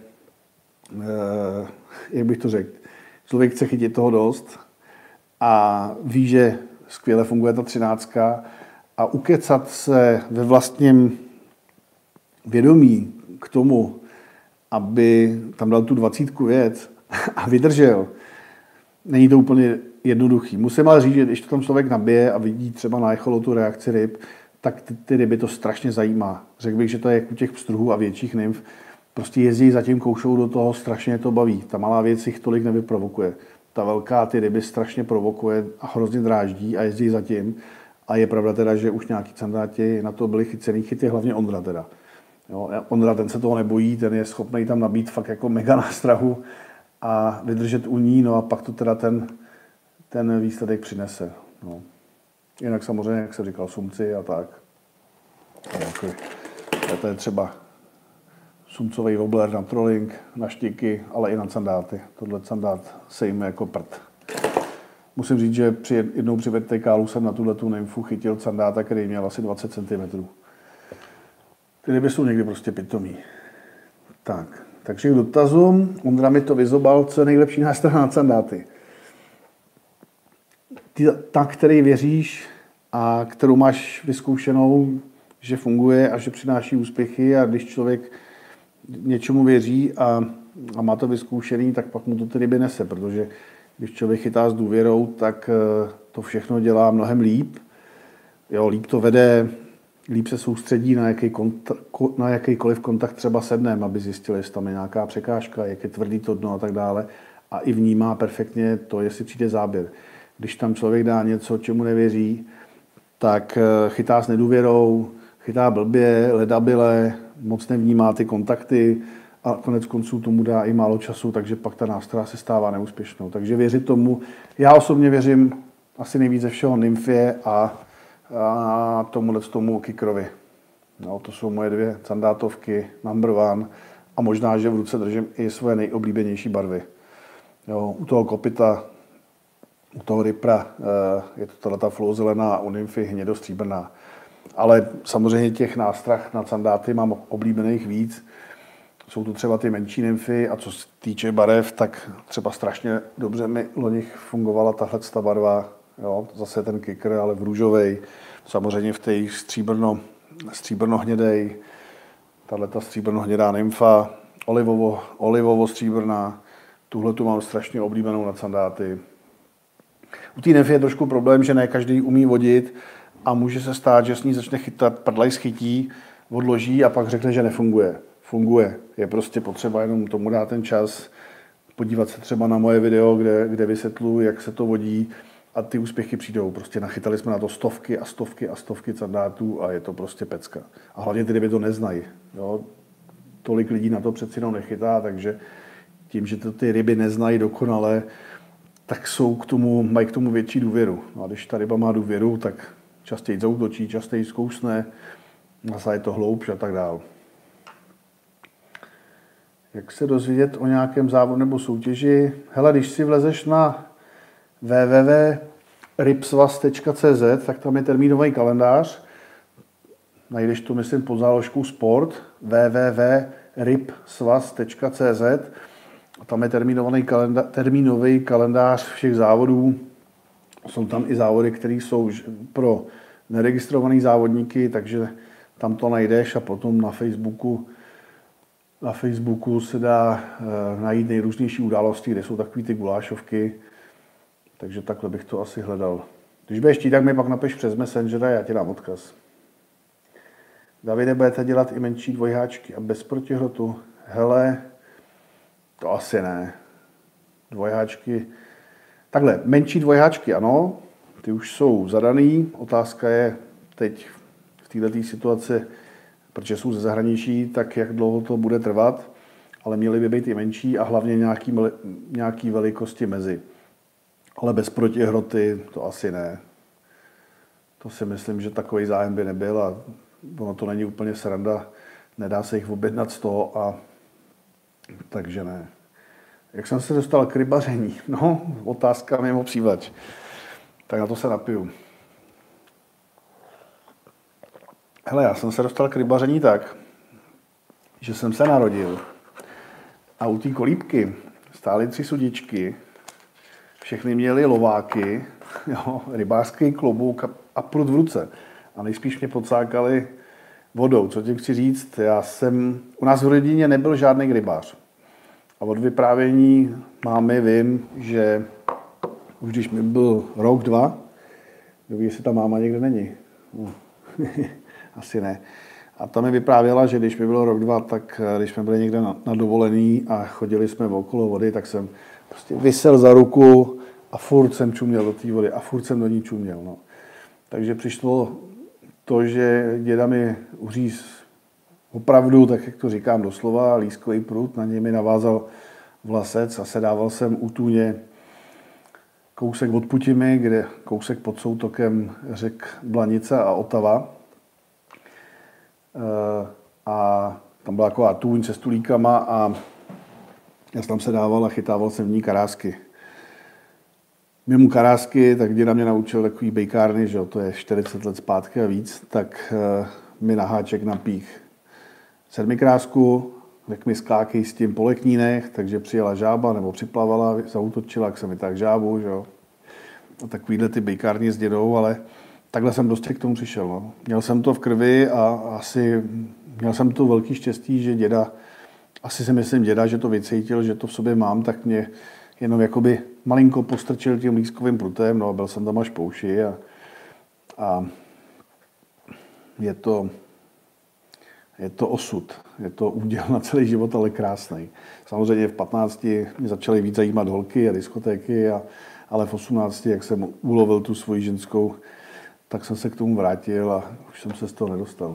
Speaker 2: jak bych to řekl, člověk chce chytit toho dost a ví, že skvěle funguje ta 13 a ukecat se ve vlastním vědomí k tomu, aby tam dal tu 20 věc a vydržel. Není to úplně jednoduchý. Musím ale říct, že když to tam člověk nabije a vidí třeba na echolotu reakci ryb, tak ty ryby to strašně zajímá. Řekl bych, že to je jak u těch pstruhů a větších nymf. Prostě jezdí zatím, koušou do toho, strašně to baví. Ta malá věc jich tolik nevyprovokuje. Ta velká ty ryby strašně provokuje a hrozně dráždí a jezdí zatím. A je pravda teda, že už nějaký candáti na to byli chycený, chyty hlavně Ondra teda. Jo, Ondra, ten se toho nebojí, ten je schopný tam nabít fakt jako mega nástrahu a vydržet u ní, no a pak to teda ten výsledek přinese. No. Jinak samozřejmě, jak jsem říkal, sumci a tak. To je třeba sumcový wobbler na trolling, na štiky, ale i na sandáty. Tohle sandát se jim jako prd. Musím říct, že jednou při vertikálu jsem na tuhletu nymfu chytil sandáta, který měl asi 20 cm. Ty ryby jsou někdy prostě pitomí. Takže k dotazům. Ondra mi to vyzobal, co je nejlepší nástroj na sandáty. Ta, který věříš a kterou máš vyzkoušenou, že funguje a že přináší úspěchy, a když člověk něčemu věří a má to vyzkoušený, tak pak mu to ty ryby nese, protože když člověk chytá s důvěrou, tak to všechno dělá mnohem líp. Jo, líp to vede, líp se soustředí na jakýkoliv kontakt třeba se dnem, aby zjistil, jestli tam je nějaká překážka, jak je tvrdý to dno a tak dále. A i vnímá perfektně to, jestli přijde záběr. Když tam člověk dá něco, čemu nevěří, tak chytá s nedůvěrou, chytá blbě, ledabile, moc nevnímá ty kontakty a konec konců tomu dá i málo času, takže pak ta nástroj se stává neúspěšnou. Takže věřit tomu, já osobně věřím asi nejvíce všeho nymfě a tomu kikrovi. No, to jsou moje dvě sandátovky, number one, a možná, že v ruce držím i svoje nejoblíbenější barvy. Jo, u toho kopita, u toho rypra je to tato flouzelená, u nymfy hnědostříbrná. Ale samozřejmě těch nástrah na sandáty mám oblíbených víc. Jsou to třeba ty menší nymfy a co se týče barev, tak třeba strašně dobře mi loni fungovala tahle barva. Jo, zase ten kikr, ale v růžovej. Samozřejmě v té stříbrno-hnědej. Tahleta stříbrno-hnědá nymfa, olivovo-stříbrná. Tuhle tu mám strašně oblíbenou na sandáty. U té nymfy je trošku problém, že ne každý umí vodit a může se stát, že s ní začne chytat, prdlaj schytí, odloží a pak řekne, že nefunguje. Funguje. Je prostě potřeba jenom tomu dát ten čas, podívat se třeba na moje video, kde vysvětluji, jak se to vodí, a ty úspěchy přijdou. Prostě nachytali jsme na to stovky a stovky a stovky sandátů a je to prostě pecka. A hlavně ty ryby to neznají. Jo? Tolik lidí na to přeci jenom nechytá, takže tím, že to ty ryby neznají dokonale, tak mají k tomu větší důvěru. No a když ta ryba má důvěru, tak častěji zaútočí, častěji zkousne, zase je to hloubš a tak dále. Jak se dozvědět o nějakém závodu nebo soutěži? Hele, když si vlezeš na www.ripsvaz.cz, tak tam je termínový kalendář. Najdeš to, myslím, pod záložkou sport, www.ripsvaz.cz. A tam je termínový kalendář všech závodů. Jsou tam i závody, které jsou pro neregistrované závodníky, takže tam to najdeš a potom na Facebooku se dá najít nejrůznější události, kde jsou takové ty gulášovky. Takže takhle bych to asi hledal. Když budeš chtít, tak mi pak napiš přes Messengera a já ti dám odkaz. Davide, budete dělat i menší dvojháčky a bez protihrotu? Hele, to asi ne. Dvojháčky. Takhle, menší dvojháčky, ano, ty už jsou zadaný. Otázka je teď v této situaci, protože jsou ze zahraničí, tak jak dlouho to bude trvat, ale měly by být i menší a hlavně nějaký velikosti mezi. Ale bez protihroty to asi ne. To si myslím, že takový zájem by nebyl a ono to není úplně sranda. Nedá se jich objednat 100 a takže ne. Jak jsem se dostal k rybaření? No, otázka mimo přívač. Tak na to se napiju. Hele, já jsem se dostal k rybaření tak, že jsem se narodil a u té kolíbky stály 3 sudičky, všechny měly lováky, jo, rybářský klobouk a prut v ruce. A nejspíš mě podsákali vodou. Co tím chci říct? U nás v rodině nebyl žádný rybář. A od vyprávění mámy vím, že už když mi byl rok, 2, kdo jestli ta máma někde není. No. Asi ne. A ta mi vyprávěla, že když mi bylo rok, 2, tak když jsme byli někde na dovolený a chodili jsme okolo vody, tak jsem prostě visel za ruku a furt jsem čuměl do té vody a furt jsem do ní čuměl. No. Takže přišlo to, že děda mi uříz opravdu, tak jak to říkám doslova, lískový prut, na něj mi navázal vlasec a sedával jsem u tůně kousek od Putimy, kde kousek pod soutokem řek Blanice a Otava. A tam byla taková tůň se stulíkama a já jsem tam sedával a chytával jsem v ní karásky. Mimo karásky, tak děda mě naučil takový bejkárny, že jo, to je 40 let zpátky a víc, tak mi na háček napích 7krásku, řekl mi skákej s tím po leknínech, takže přijela žába nebo připlavala, zaútočila, jak jsem vytáhl žábu, že jo. A takovýhle ty bejkárny s dědou, ale takhle jsem prostě k tomu přišel. No. Měl jsem to v krvi a asi měl jsem to velký štěstí, že děda, asi si myslím děda, že to vycítil, že to v sobě mám, tak mě jenom jakoby malinko postrčil tím lískovým prutem, no a byl jsem tam až po uši a je to osud, je to úděl na celý život, ale krásný. Samozřejmě v 15 mě začaly víc zajímat holky a diskotéky, ale v 18, jak jsem ulovil tu svoji ženskou, tak jsem se k tomu vrátil a už jsem se z toho nedostal.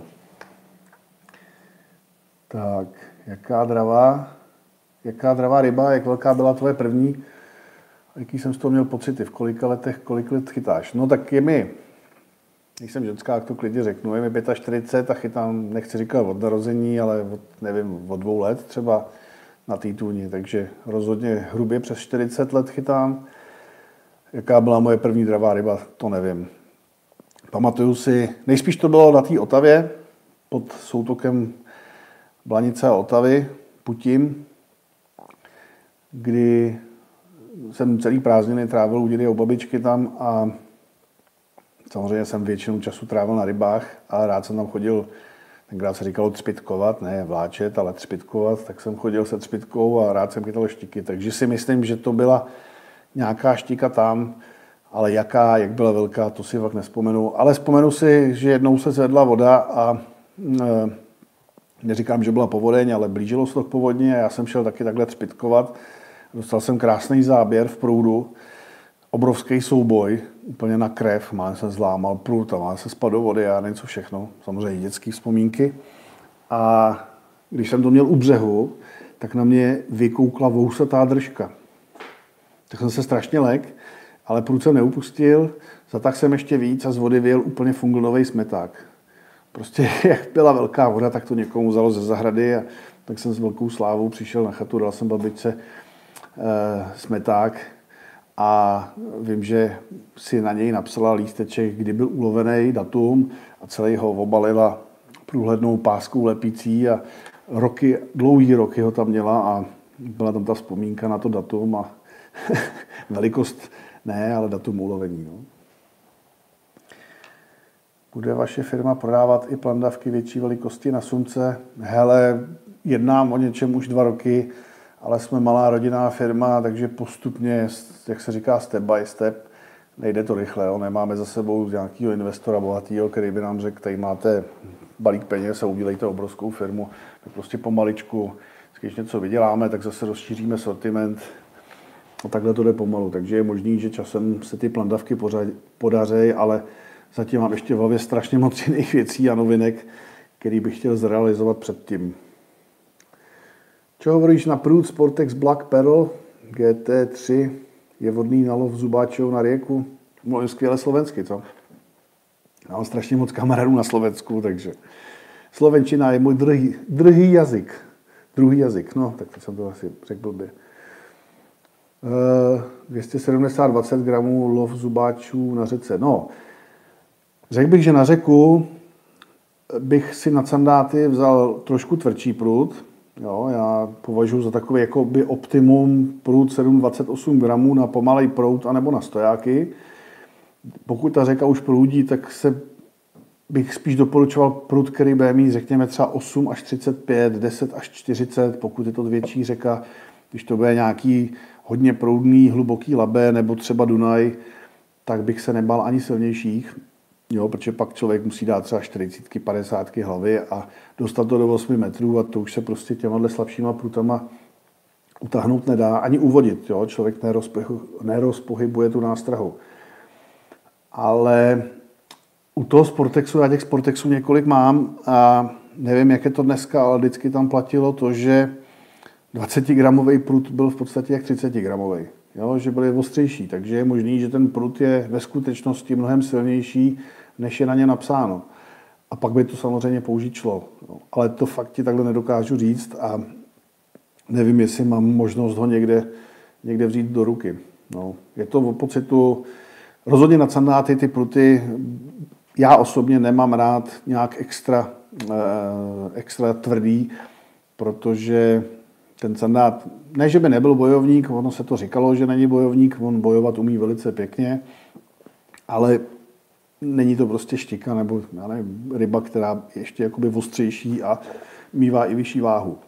Speaker 2: Tak, jaká dravá ryba, jak velká byla tvoje první, jaký jsem z toho měl pocity, v kolika letech, kolik let chytáš? No tak je mi, když jsem ženská, jak to klidně řeknu, je mi 45 a chytám, nechci říkat od narození, ale od 2 let třeba na té tůni, takže rozhodně hrubě přes 40 let chytám. Jaká byla moje první dravá ryba, to nevím. Pamatuju si, nejspíš to bylo na té Otavě, pod soutokem Blanice a Otavy, Putim, kdy jsem celý prázdniny trávil u dědy a u babičky tam a samozřejmě jsem většinu času trávil na rybách a rád jsem tam chodil, tenkrát se říkalo třpitkovat, ne vláčet, ale třpitkovat, tak jsem chodil se třpitkou a rád jsem chytal štiky, takže si myslím, že to byla nějaká štika tam, ale jak byla velká, to si fakt nespomenu. Ale vzpomenu si, že jednou se zvedla voda a neříkám, že byla povodeň, ale blížilo se to k povodni a já jsem šel taky takhle třpitkovat. Dostal jsem krásný záběr v proudu, obrovský souboj, úplně na krev, mám se zlámal prut a mám se spadl do vody a něco všechno, samozřejmě dětské vzpomínky. A když jsem to měl u břehu, tak na mě vykoukla vousatá držka. Tak jsem se strašně lek, ale prut jsem neupustil, zatáhl jsem ještě víc a z vody vyjel úplně funglnovej smeták. Prostě jak byla velká voda, tak to někomu vzalo ze zahrady a tak jsem s velkou slávou přišel na chatu, dal jsem babičce smeták a vím, že si na něj napsala lísteček, kdy byl ulovený, datum a celý ho obalila průhlednou páskou lepící a dlouhý roky ho tam měla a byla tam ta vzpomínka na to datum a velikost ne, ale datum ulovení. No. Bude vaše firma prodávat i plandavky větší velikosti na slunce? Hele, jednám o něčem už 2 roky, ale jsme malá rodinná firma, takže postupně, jak se říká, step by step, nejde to rychle. Jo. Nemáme za sebou nějakého investora bohatého, který by nám řekl, tady máte balík peněz a udělejte obrovskou firmu. Tak prostě pomaličku, když něco vyděláme, tak zase rozšíříme sortiment. A takhle to jde pomalu. Takže je možný, že časem se ty plandavky podaří, ale zatím mám ještě v hlavě strašně moc jiných věcí a novinek, který bych chtěl zrealizovat předtím. Co hovoríš na průd Sportex Black Pearl GT3? Je vhodný na lov zubáčů na rieku? Mluvím skvěle slovensky, co? Já mám strašně moc kamarádů na Slovensku, takže slovenčina je můj druhý jazyk. Druhý jazyk, no, tak to jsem to asi řekl blbě. 270-20 gramů lov zubáčů na řece. No, řekl bych, že na řeku bych si na sandáty vzal trošku tvrdší prut. Jo, já považuji za takový jakoby optimum prut 7,28 gramů na pomalej proud anebo na stojáky. Pokud ta řeka už proudí, tak bych spíš doporučoval prut, který bude mít, řekněme, třeba 8 až 35, 10 až 40, pokud je to větší řeka, Když to bude nějaký hodně proudný, hluboký Labe nebo třeba Dunaj, tak bych se nebál ani silnějších, jo, protože pak člověk musí dát třeba 40, 50 hlavy a dostat to do 8 metrů a to už se prostě těma slabšíma prutama utáhnout nedá, ani uvodit. Jo. Člověk nerozpohybuje tu nástrahu. Ale u toho Sportexu, já těch Sportexů několik mám a nevím, jak je to dneska, ale vždycky tam platilo to, že 20-gramový prut byl v podstatě jak 30-gramový. Jo, že byly ostřejší, takže je možný, že ten prut je ve skutečnosti mnohem silnější, než je na ně napsáno. A pak by to samozřejmě použít šlo. Jo. Ale to fakt ti takhle nedokážu říct a nevím, jestli mám možnost ho někde vzít do ruky. No. Je to o pocitu, rozhodně na sandáty ty pruty, já osobně nemám rád nějak extra tvrdý, protože ten sandát, ne, že by nebyl bojovník, ono se to říkalo, že není bojovník, on bojovat umí velice pěkně, ale není to prostě štika nebo já nevím, ryba, která je ještě jakoby ostřejší a mívá i vyšší váhu.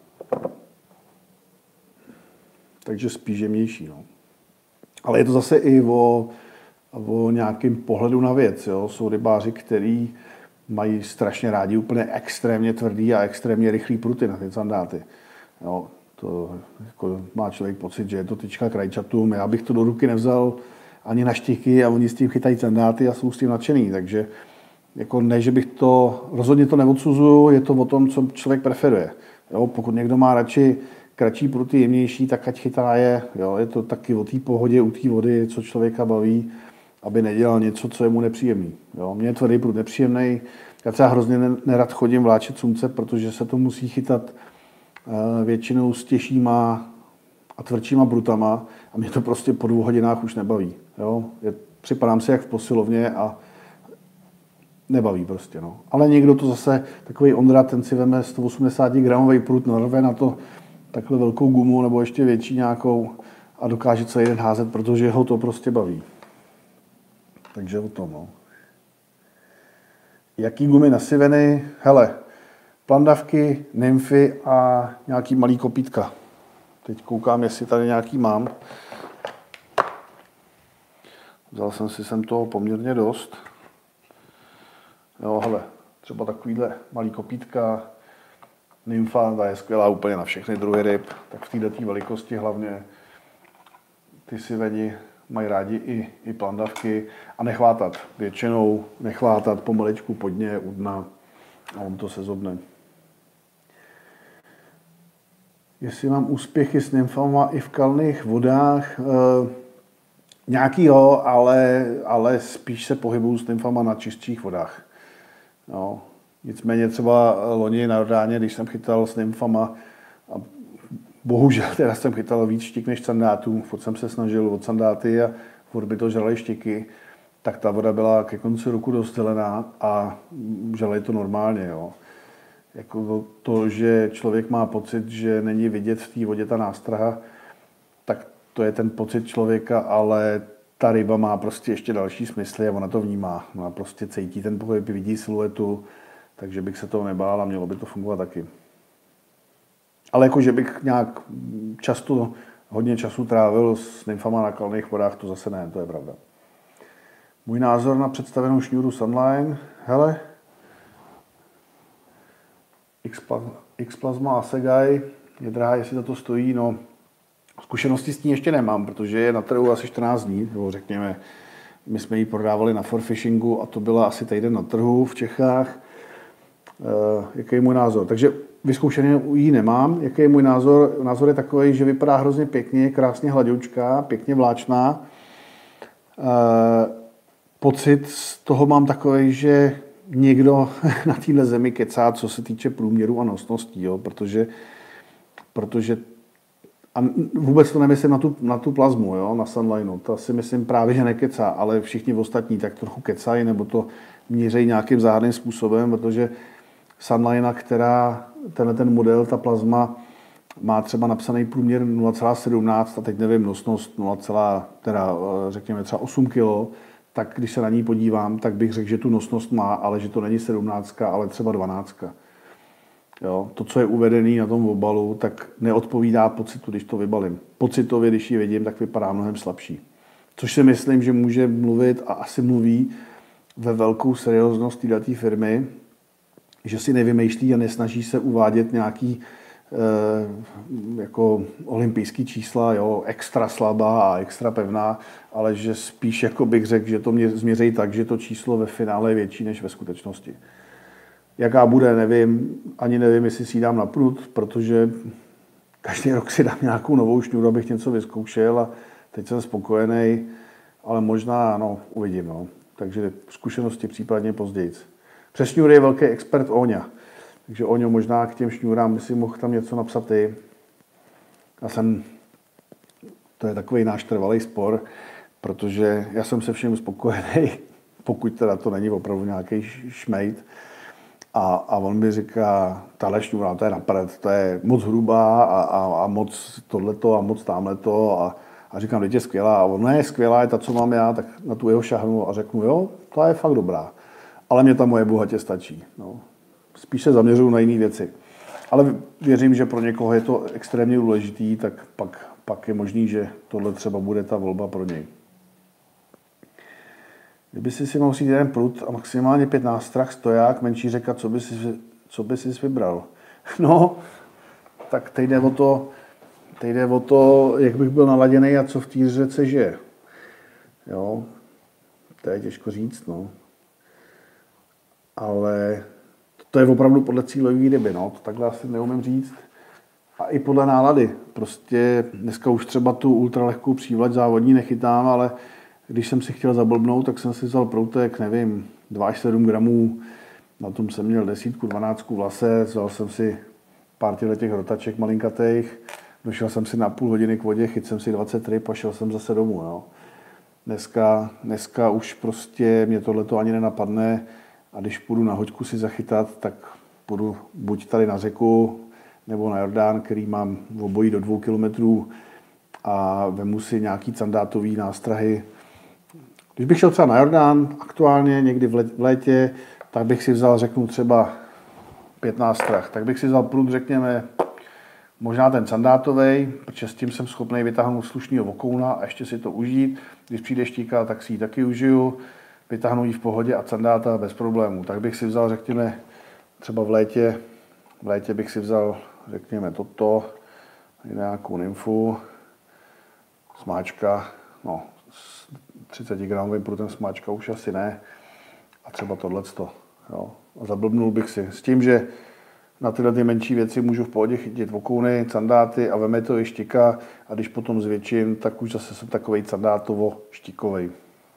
Speaker 2: Takže spíš jemnější. No. Ale je to zase i o nějakém pohledu na věc. Jo. Jsou rybáři, kteří mají strašně rádi úplně extrémně tvrdý a extrémně rychlý pruty na ty sandáty. Jo. To jako má člověk pocit, že je to tyčka krajčatům. Já bych to do ruky nevzal ani na štiky a oni s tím chytají sandáty a jsou s tím nadšený. Takže jako ne, že bych to, rozhodně to neodsuzuju, je to o tom, co člověk preferuje. Jo. Pokud někdo má radši kratší pruty, jemnější, tak ať chytá je. Jo. Je to taky o té pohodě, u té vody, co člověka baví, aby nedělal něco, co je mu nepříjemný. Jo. Mně je tvrdý prut nepříjemný. Já třeba hrozně nerad chodím vláčet slunce, protože se to musí chytat většinou s těžšíma a tvrdšíma brutama a mě to prostě po 2 hodinách už nebaví. Jo. Připadám si jak v posilovně a nebaví prostě. No. Ale někdo to zase, takový Ondra, ten si veme 180 gramový prut, narve na to takhle velkou gumu nebo ještě větší nějakou a dokáže celý den házet, protože ho to prostě baví. Takže o tom. No. Jaký gumy na siveny? Hele, plandavky, nymfy a nějaký malý kopítka. Teď koukám, jestli tady nějaký mám. Vzal jsem si sem toho poměrně dost. Jo, hele, třeba takovýhle malý kopítka. Nymfa, ta je skvělá úplně na všechny druhy ryb, tak v této velikosti hlavně. Ty siveni mají rádi i plandavky a nechvátat. Většinou nechvátat pomaličku pod ně u dna a on to se zobne. Jestli mám úspěchy s nymfama i v kalných vodách, nějaký jo, ale spíš se pohybuju s nymfama na čistších vodách. No. Nicméně třeba loni na Jordáně, když jsem chytal s nymfama, a bohužel teda jsem chytal víc štik než sandátů, furt jsem se snažil od sandáty a furt by to žrali štiky, tak ta voda byla ke konci roku dost zelená a žrali to normálně. Jo. Jako to, že člověk má pocit, že není vidět v té vodě ta nástraha, tak to je ten pocit člověka, ale ta ryba má prostě ještě další smysly a ona to vnímá. Ona prostě cítí ten pohyb, vidí siluetu, takže bych se toho nebál a mělo by to fungovat taky. Ale jako, že bych nějak hodně času trávil s nymfama na kalných vodách, to zase ne, to je pravda. Můj názor na představenou šňůru Sunline, hele, X-Plasma Assegai, je drahá, jestli za to stojí, no, zkušenosti s ní ještě nemám, protože je na trhu asi 14 dní, nebo řekněme, my jsme ji prodávali na forfishingu a to byla asi týden na trhu v Čechách. Jaký je můj názor? Takže vyzkoušený ji nemám. Jaký je můj názor? Názor je takový, že vypadá hrozně pěkně, krásně hladoučká, pěkně vláčná. Pocit z toho mám takový, že někdo na téhle zemi kecá, co se týče průměru a nosností, jo? Protože a vůbec to nemyslím na tu plazmu, jo? Na Sunlineu. To si myslím právě, že nekecá, ale všichni ostatní tak trochu kecají, nebo to měří nějakým záhadným způsobem, protože Sunline, která ten model, ta plazma, má třeba napsaný průměr 0,17 a teď nevím, nosnost řekněme třeba 8 kg, tak když se na ní podívám, tak bych řekl, že tu nosnost má, ale že to není 17, ale třeba 12. Jo, to, co je uvedené na tom obalu, tak neodpovídá pocitu, když to vybalím. Pocitově, když ji vidím, tak vypadá mnohem slabší. Což si myslím, že může mluvit a asi mluví ve velkou serióznost této firmy, že si nevymýšlí a nesnaží se uvádět nějaký jako olympijský čísla, jo, extra slabá a extra pevná, ale že spíš jako bych řekl, že to mě změří tak, že to číslo ve finále je větší než ve skutečnosti. Jaká bude, nevím, ani nevím, jestli si ji dám na prut, protože každý rok si dám nějakou novou šňůru, abych něco vyzkoušel a teď jsem spokojený, ale možná, no, uvidím, no. Takže zkušenosti případně později. Přes šňůry je velký expert Óňa, takže Óňo možná k těm šňůrám by si mohl tam něco napsat ty. To je takový náš trvalý spor, protože já jsem se všem spokojený, pokud teda to není opravdu nějaký šmejt. A on mi říká, tahle šňůra, to je napřed, to je moc hrubá a moc tohleto a moc tamhleto. A říkám, teď je skvělá. A ona je skvělá, je ta, co mám já, tak na tu jeho šahnu a řeknu, jo, to je fakt dobrá. Ale mě ta moje bohatě stačí. No. Spíš se zaměřuju na jiné věci. Ale věřím, že pro někoho je to extrémně důležitý, tak pak je možný, že tohle třeba bude ta volba pro něj. Kdyby si mohl vzít jeden prut a maximálně 5 nástrah, stoják, menší řeka, co by si vybral? No, tak teď jde o to, jak bych byl naladěný a co v té řece žije. Jo, to je těžko říct, no. Ale to je opravdu podle cílové ryby, no. To takhle asi neumím říct. A i podle nálady. Prostě dneska už třeba tu ultralehkou přívlať závodní nechytám, ale když jsem si chtěl zablbnout, tak jsem si vzal proutek, nevím, 2 až 7 gramů. Na tom jsem měl 10, 12 vlase, vzal jsem si pár těch rotaček malinkatých, došel jsem si na půl hodiny k vodě, chytil jsem si 20 ryb a šel jsem zase domů. Jo. Dneska už prostě mě tohleto ani nenapadne a když půjdu na hoďku si zachytat, tak půjdu buď tady na řeku nebo na Jordán, který mám v obojí do 2 kilometrů a vemu si nějaký candátový nástrahy. Když bych šel třeba na Jordán aktuálně někdy v létě, tak bych si vzal, řeknu třeba 5 nástrah. Tak bych si vzal prut, řekněme, možná ten sandátovej, protože s tím jsem schopný vytáhnout slušného vokouna a ještě si to užít. Když přijde štíka, tak si ji taky užiju, vytáhnu ji v pohodě a sandáta bez problémů. Tak bych si vzal, řekněme, třeba v létě bych si vzal, řekněme, toto, nějakou nymfu, smáčka, no, 30 gramovým prutem smáčka už asi ne. A třeba tohleto. Jo. A zablbnul bych si. S tím, že na tyhle ty menší věci můžu v pohodě chytit vokouny, sandáty a veme to i štika. A když potom zvětším, tak už zase jsem takovej sandátovo-štikovej.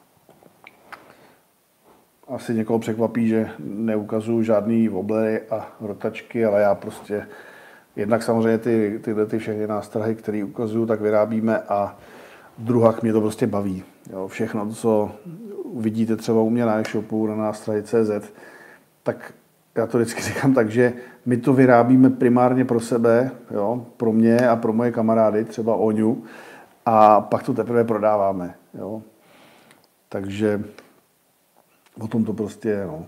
Speaker 2: Asi někoho překvapí, že neukazuju žádný woblery a rotačky, ale já prostě jednak samozřejmě tyhle všechny nástrahy, které ukazuju, tak vyrábíme a druhak mě to prostě baví. Jo, všechno, co vidíte třeba u mě na e-shopu, na nástrahy.cz, tak já to vždycky říkám tak, že my to vyrábíme primárně pro sebe, jo, pro mě a pro moje kamarády, třeba Oňu, a pak to teprve prodáváme. Jo. Takže o tom to prostě je. No.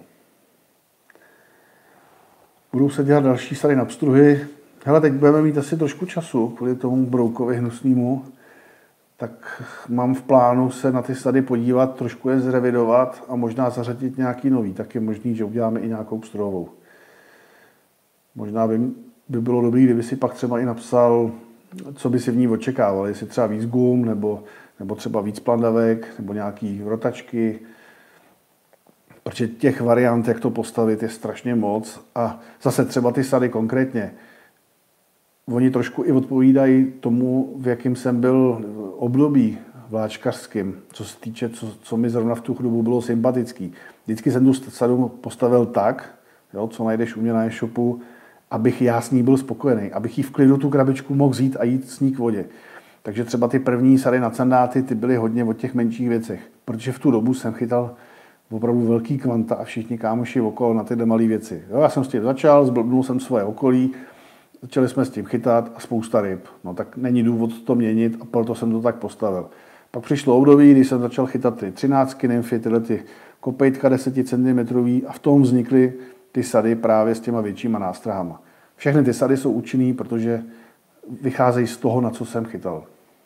Speaker 2: Budou se dělat další sady na pstruhy. Hele, teď budeme mít asi trošku času kvůli tomu broukovi hnusnému. Tak mám v plánu se na ty sady podívat, trošku je zrevidovat a možná zařadit nějaký nový. Tak je možný, že uděláme i nějakou pstruhovou. Možná by bylo dobré, kdyby si pak třeba i napsal, co by si v ní očekával. Jestli třeba víc gum, nebo třeba víc plandavek, nebo nějaký rotačky. Protože těch variant, jak to postavit, je strašně moc. A zase třeba ty sady konkrétně. Oni trošku i odpovídají tomu, v jakém jsem byl období vláčkařským, co se týče, co mi zrovna v tu dobu bylo sympatický. Vždycky jsem tu sadu postavil tak, jo, co najdeš u mě na e-shopu, abych já s ní byl spokojený, abych jí v klidu tu krabičku mohl vzít a jít s ní k vodě. Takže třeba ty první sady na sandáty, ty byly hodně o těch menších věcech, protože v tu dobu jsem chytal opravdu velký kvanta a všichni kámoši okolo na tyhle malé věci. Jo, já jsem s tím začal, zblbnul jsem svoje okolí, začali jsme s tím chytat a spousta ryb. No tak není důvod to měnit a proto jsem to tak postavil. Pak přišlo období, kdy jsem začal chytat ty 13 nymfy, tyhle ty kopejtka 10 cm a v tom vznikly ty sady právě s těma většíma nástrahama. Všechny ty sady jsou účinný, protože vycházejí z toho, na co jsem chytal.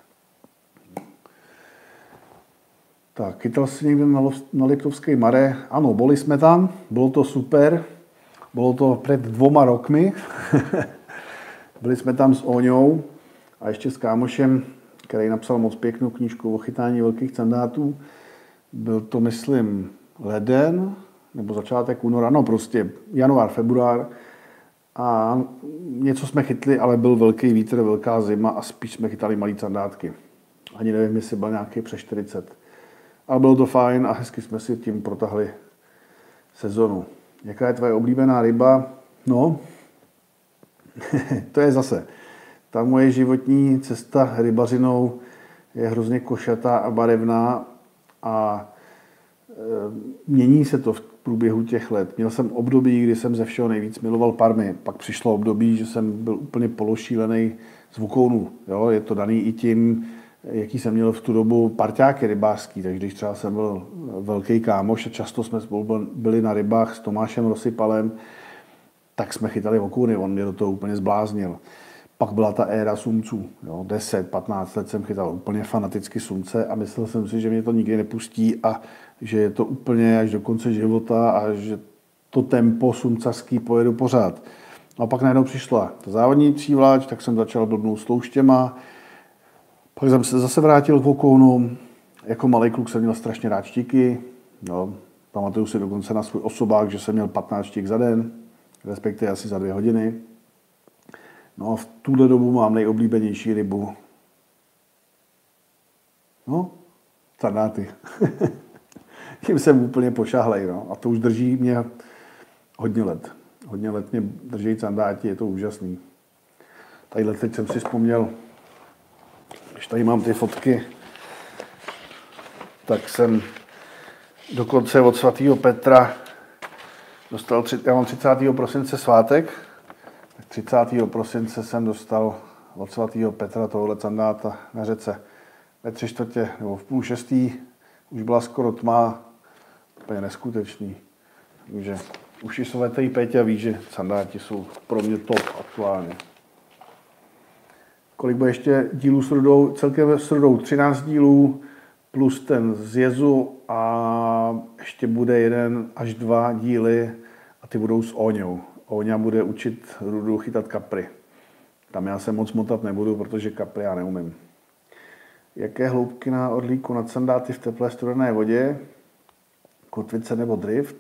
Speaker 2: Tak, chytal si někde na Liptovské Mare. Ano, byli jsme tam, bylo to super. Bylo to před 2 rokmi. Byli jsme tam s Oňou a ještě s kámošem, který napsal moc pěknou knížku o chytání velkých candátů. Byl to, myslím, leden, nebo začátek února, no prostě január, február. A něco jsme chytli, ale byl velký vítr, velká zima a spíš jsme chytali malý candátky. Ani nevím, jestli byl nějaký přes 40. Ale bylo to fajn a hezky jsme si tím protahli sezonu. Jaká je tvoje oblíbená ryba? No, to je zase. Ta moje životní cesta rybařinou je hrozně košatá a barevná a mění se to v průběhu těch let. Měl jsem období, kdy jsem ze všeho nejvíc miloval parmy. Pak přišlo období, že jsem byl úplně pološílený z vukounů. Jo? Je to daný i tím, jaký jsem měl v tu dobu parťáky rybářský. Takže když třeba jsem byl velký kámoš a často jsme spolu byli na rybách s Tomášem Rosypalem, tak jsme chytali vokouny. On mě do toho úplně zbláznil. Pak byla ta éra sumců. 10-15 let jsem chytal úplně fanaticky sumce a myslel jsem si, že mě to nikdy nepustí a že je to úplně až do konce života a že to tempo sumcařský pojedu pořád. No a pak najednou přišla ta závodní přívláč, tak jsem začal blbnout s tlouštěma. Pak jsem se zase vrátil k vokounům. Jako malý kluk jsem měl strašně rád štíky. Pamatuju si dokonce na svůj osobák, že jsem měl 15 štík za den, respektive asi za 2 hodiny. No a v tuhle dobu mám nejoblíbenější rybu. No, candáty. Tím jsem úplně pošahlej, no. A to už drží mě hodně let. Hodně let mě drží candáti, je to úžasný. Tadyhle teď jsem si vzpomněl, když tady mám ty fotky, tak jsem dokonce od svatého Petra dostal, já mám 30. prosince svátek, 30. prosince jsem dostal od svatého Petra tohohle candáta na řece ve 3/4 nebo v 5:30. Už byla skoro tma, úplně neskutečný. Takže už i svatý Péťa ví, že candáti jsou pro mě top aktuálně. Kolik bude ještě dílů s rudou? Celkem s rudou 13 dílů plus ten z jezu a ještě bude 1 až 2 díly a ty budou s Oňou. Oňa bude učit rudu chytat kapry. Tam já se moc motat nebudu, protože kapry já neumím. Jaké hloubky na orlíku nad sandáty v teplé studené vodě? Kotvice nebo drift?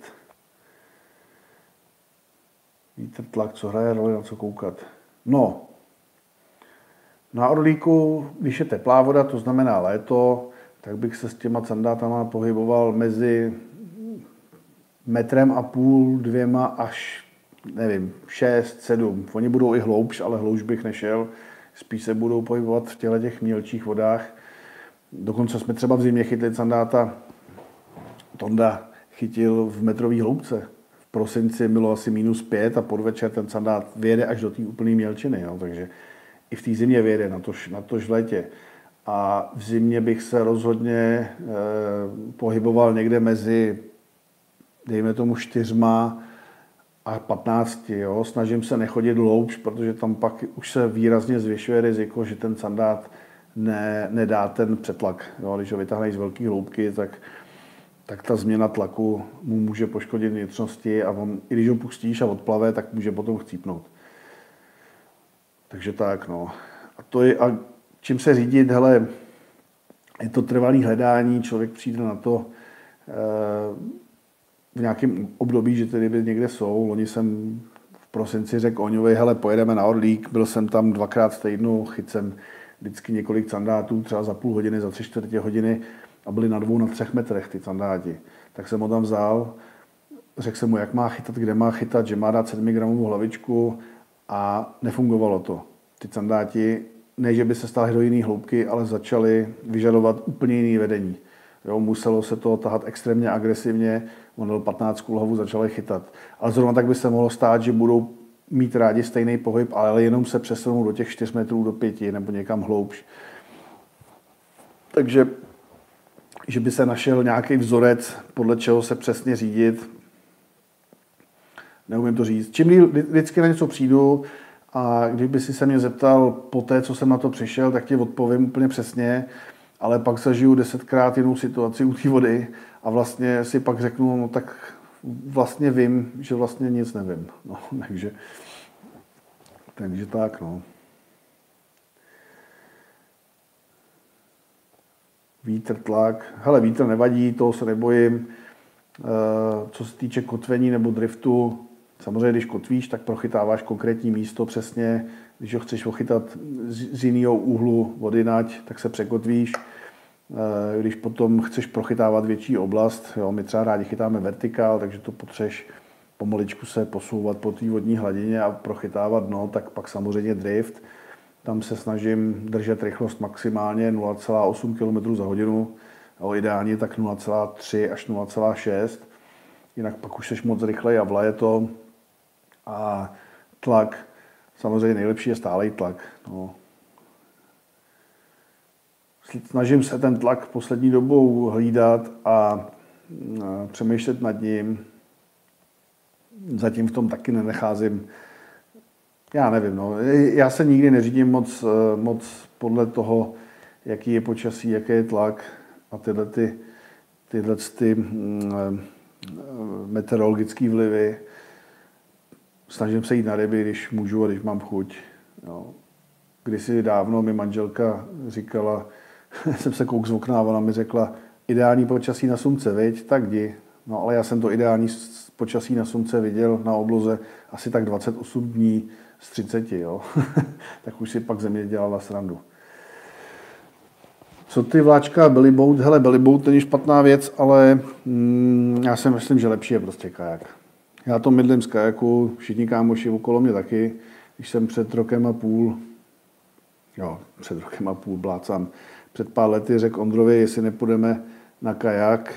Speaker 2: Vítr, tlak, co hraje roli, na co koukat? No, na orlíku, když je teplá voda, to znamená léto, tak bych se s těma sandátama pohyboval mezi 1,5 metru, 2 až, nevím, 6, 7. Oni budou i hloubš, ale hloubš bych nešel. Spíš se budou pohybovat v těch mělčích vodách. Dokonce jsme třeba v zimě chytli sandáta. Tonda chytil v metrový hloubce. V prosinci bylo asi -5 a podvečer ten sandát vyjede až do té úplné mělčiny. Jo? Takže i v té zimě vyjede, natož v létě. A v zimě bych se rozhodně pohyboval někde mezi, dejme tomu, 4 a 15. Jo? Snažím se nechodit hloubš, protože tam pak už se výrazně zvyšuje riziko, že ten sandát nedá ten přetlak. Jo? Když ho vytáhneš z velké hloubky, tak ta změna tlaku mu může poškodit vnitřnosti a on, i když ho pustíš a odplave, tak může potom chcípnout. Takže tak, no. A čím se řídit, hele, je to trvalý hledání, člověk přijde na to v nějakém období, že ty ryby někde jsou. Loni jsem v prosinci řekl Oňovi, hele, pojedeme na Orlík, byl jsem tam 2krát v týdnu, chyt jsem vždycky několik sandátů, třeba za půl hodiny, za 3/4 hodiny a byly na 2 na 3 metrech ty sandáti. Tak jsem ho tam vzal, řekl jsem mu, jak má chytat, kde má chytat, že má dát 7 gramovou hlavičku a nefungovalo to. Ty sandáti, ne, že by se stáhly do jiné hloubky, ale začaly vyžadovat úplně jiné vedení. Jo, muselo se to tahat extrémně agresivně, on dal 15 hlavu, začali chytat. Ale zrovna tak by se mohlo stát, že budou mít rádi stejný pohyb, ale jenom se přesunou do těch 4 metrů, do 5 nebo někam hloubš. Takže, že by se našel nějaký vzorec, podle čeho se přesně řídit, Neumím to říct. Čím vždycky na něco přijdu a kdyby si se mě zeptal po té, co jsem na to přišel, tak ti odpovím úplně přesně, ale pak zažiju 10krát jinou situaci u té vody a vlastně si pak řeknu, no tak vlastně vím, že vlastně nic nevím. No, takže tak, no. Vítr, tlak. Hele, vítr nevadí, toho se nebojím. Co se týče kotvení nebo driftu, samozřejmě, když kotvíš, tak prochytáváš konkrétní místo přesně. Když ho chceš ochytat z jiného úhlu odinať, tak se překotvíš. Když potom chceš prochytávat větší oblast, jo, my třeba rádi chytáme vertikál, takže to potřeš pomaličku se posouvat po té vodní hladině a prochytávat dno, tak pak samozřejmě drift. Tam se snažím držet rychlost maximálně 0,8 km za hodinu, a ideálně tak 0,3 až 0,6. Jinak pak už seš moc rychlej a vlaje to. A tlak, samozřejmě nejlepší je stálej tlak. No. Snažím se ten tlak poslední dobou hlídat a přemýšlet nad ním. Zatím v tom taky nenecházím. Já nevím, no. Já se nikdy neřídím moc podle toho, jaký je počasí, jaký je tlak a tyhle meteorologické vlivy. Snažím se jít na ryby, když můžu a když mám chuť. Jo. Kdysi dávno mi manželka říkala, jsem se kouk z okna a ona mi řekla, ideální počasí na slunce, viď? Tak jdi. No ale já jsem to ideální počasí na slunce viděl na obloze asi tak 28 dní z 30, jo. Tak už si pak země dělala srandu. Co ty vláčka, bellyboat? Hele, bellyboat není špatná věc, ale já si myslím, že lepší je prostě kajak. Já to mydlím z kajaku, všichni kámoši okolo mě taky. Když jsem před rokem a půl blácám, před pár lety řekl Ondrovi, jestli nepůjdeme na kajak.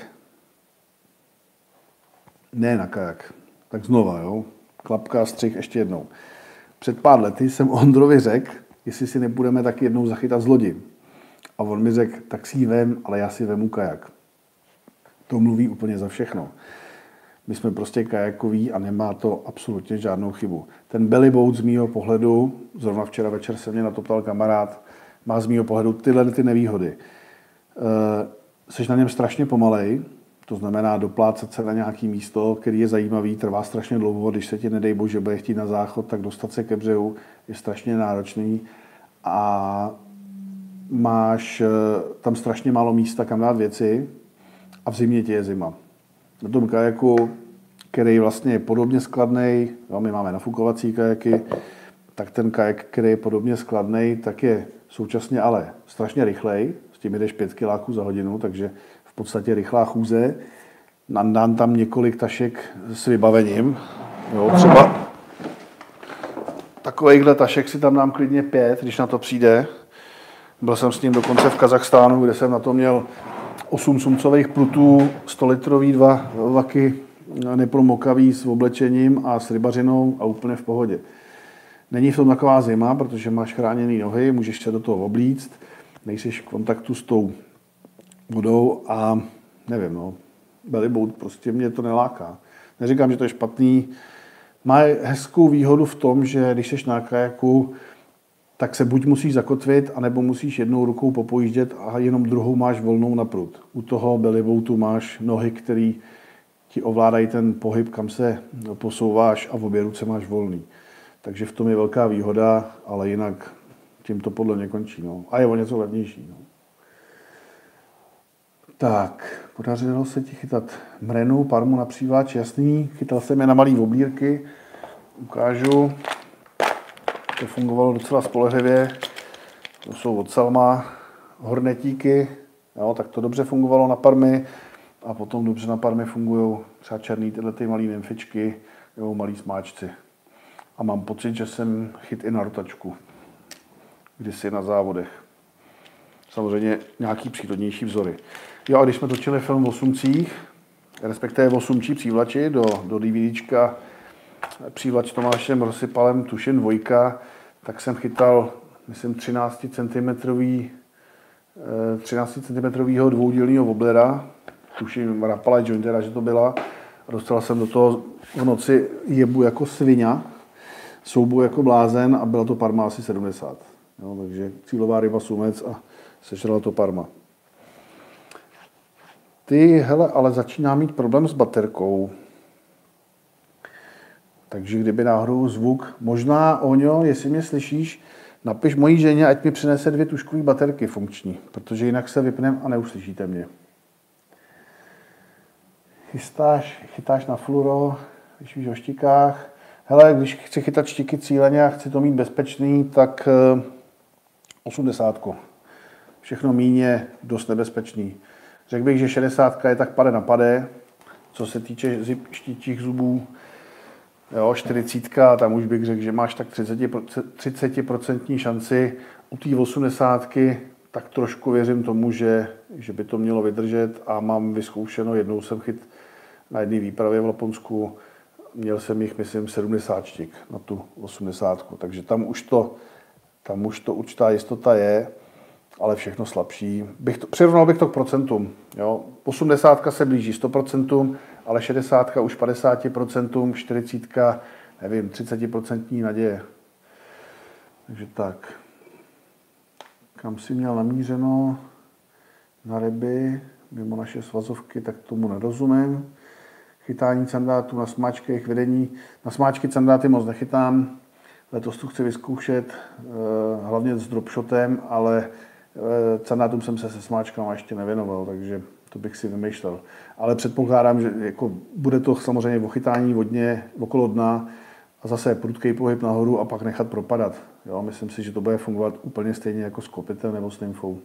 Speaker 2: Ne na kajak, tak znova, jo. Klapka, střih, ještě jednou. Před pár lety jsem Ondrovi řekl, jestli si nepůjdeme taky jednou zachytat z lodi. A on mi řekl, tak si ji vem, ale já si vemu kajak. To mluví úplně za všechno. My jsme prostě kajakoví a nemá to absolutně žádnou chybu. Ten bellyboat z mýho pohledu, zrovna včera večer se mě na to ptal kamarád, má z mýho pohledu tyhle ty nevýhody. Seš na něm strašně pomalej, to znamená doplácet se na nějaké místo, který je zajímavý, trvá strašně dlouho, když se ti nedej bože bude chtít na záchod, tak dostat se ke břehu je strašně náročný a máš tam strašně málo místa, kam dát věci a v zimě ti je zima. Na tom kajaku, který vlastně je podobně skladnej, jo, my máme nafukovací kajaky, tak ten kajak, který je podobně skladnej, tak je současně ale strašně rychlej, s tím jdeš 5 kiláků za hodinu, takže v podstatě rychlá chůze. Dám tam několik tašek s vybavením, jo, třeba takovýchhle tašek si tam dám klidně 5, když na to přijde. Byl jsem s ním dokonce v Kazachstánu, kde jsem na to měl 8 sumcových prutů, 100-litrový 2 vaky nepromokavý s oblečením a s rybařinou a úplně v pohodě. Není v tom taková zima, protože máš chráněné nohy, můžeš se do toho oblíct, nejsiš v kontaktu s tou vodou a nevím, no, bellyboat prostě mě to neláká. Neříkám, že to je špatný. Má hezkou výhodu v tom, že když jsi na kajaku, tak se buď musíš zakotvit, anebo musíš jednou rukou popojíždět a jenom druhou máš volnou na prut. U toho bellyboatu máš nohy, které ti ovládají ten pohyb, kam se posouváš a v obě ruce máš volný. Takže v tom je velká výhoda, ale jinak tím to podle mě končí. No. A je o něco levnější. No. Tak, podařilo se ti chytat mrenu, parmu na přívlač, jasný. Chytal jsem je na malý oblírky. Ukážu. To fungovalo docela spolehlivě. To jsou od Salma hornetíky. Jo, tak to dobře fungovalo na parmy. A potom dobře na parmy fungují třeba černý tyhle ty malý nymfičky nebo malý smáčci. A mám pocit, že jsem chyt i na rotačku. Kdysi na závodech. Samozřejmě nějaký přírodnější vzory. Jo, a když jsme točili film o sumcích, respektive o sumčí přívlači do DVDčka přívlač Tomášem Rozsypalem, tuším 2, tak jsem chytal, myslím, 13 cm dvoudílného wobblera, tuším Rapala Jointera, že to byla, Dostal jsem do toho v noci jebu jako svině, soubu jako blázen a byla to parma asi 70. Jo, takže cílová ryba sumec a sešrala to parma. Ty, hele, ale začíná mít problém s baterkou. Takže kdyby náhodou zvuk, možná, Oňo, jestli mě slyšíš, napiš mojí ženě, ať mi přinese 2 tužkové baterky funkční, protože jinak se vypnem a neuslyšíte mě. Chytáš na fluoro, když víš o štikách. Hele, když chci chytat štiky cíleně a chci to mít bezpečný, tak 80. Všechno míň je dost nebezpečný. Řekl bych, že 60 je tak pade na pade, co se týče štítích zubů. Jo, 40, tam už bych řekl, že máš tak 30% šanci. U té 80 tak trošku věřím tomu, že by to mělo vydržet a mám vyzkoušeno. Jednou jsem chyt na jedné výpravě v Laponsku, měl jsem jich, myslím, 70 štik na tu 80, takže tam už to určitá jistota je, ale všechno slabší. Přirovnal bych to k procentům. Jo. 80 se blíží 100%, ale 60 už 50%, 40 nevím, 30% naděje. Takže tak. Kam si měl namířeno na ryby, mimo naše svazovky, tak tomu nerozumím. Chytání candátů na smáčky, jejich vedení. Na smáčky candáty moc nechytám. Letos to chci vyzkoušet, hlavně s dropshotem, ale candátům jsem se smáčkama ještě nevěnoval, takže to bych si vymýšlel. Ale předpokládám, že jako bude to samozřejmě o chytání vodně okolo dna a zase prudký pohyb nahoru a pak nechat propadat. Jo, myslím si, že to bude fungovat úplně stejně jako s kopitem nebo s nymfou.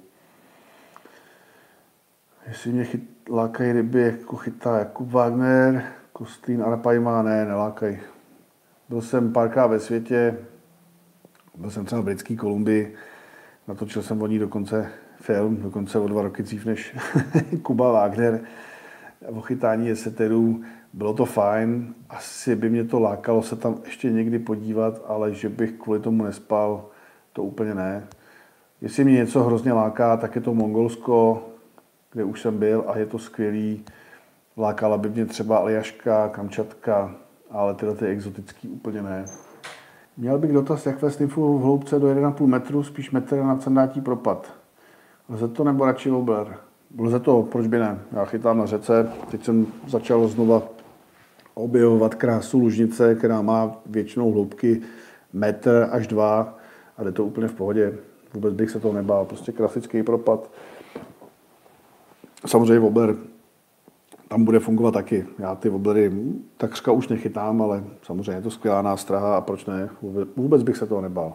Speaker 2: Jestli mě lákají ryby, jako chytá Jakub Wagner, Kostlín, Arapajma, nelákají. Byl jsem párkrát ve světě, byl jsem třeba v Britské Kolumbii, natočil jsem o ní dokonce film, dokonce o 2 roky dřív než Kuba Wagner, o chytání jeseterů. Bylo to fajn, asi by mě to lákalo se tam ještě někdy podívat, ale že bych kvůli tomu nespal, to úplně ne. Jestli mě něco hrozně láká, tak je to Mongolsko, kde už jsem byl a je to skvělý. Lákala by mě třeba Aljaška, Kamčatka, ale tyhle ty exotický úplně ne. Měl bych dotaz, jak vést nymfu v hloubce do 1,5 metru, spíš metr na candátí propad. Lze to nebo radši wobbler? Lze to, proč by ne? Já chytám na řece, teď jsem začal znova objevovat krásu Lužnice, která má většinou hloubky 1 až 2 metry a jde to úplně v pohodě. Vůbec bych se toho nebál, prostě klasický propad. Samozřejmě wobbler tam bude fungovat taky. Já ty wobblery takřka už nechytám, ale samozřejmě je to skvělá nástraha a proč ne? Vůbec bych se toho nebál.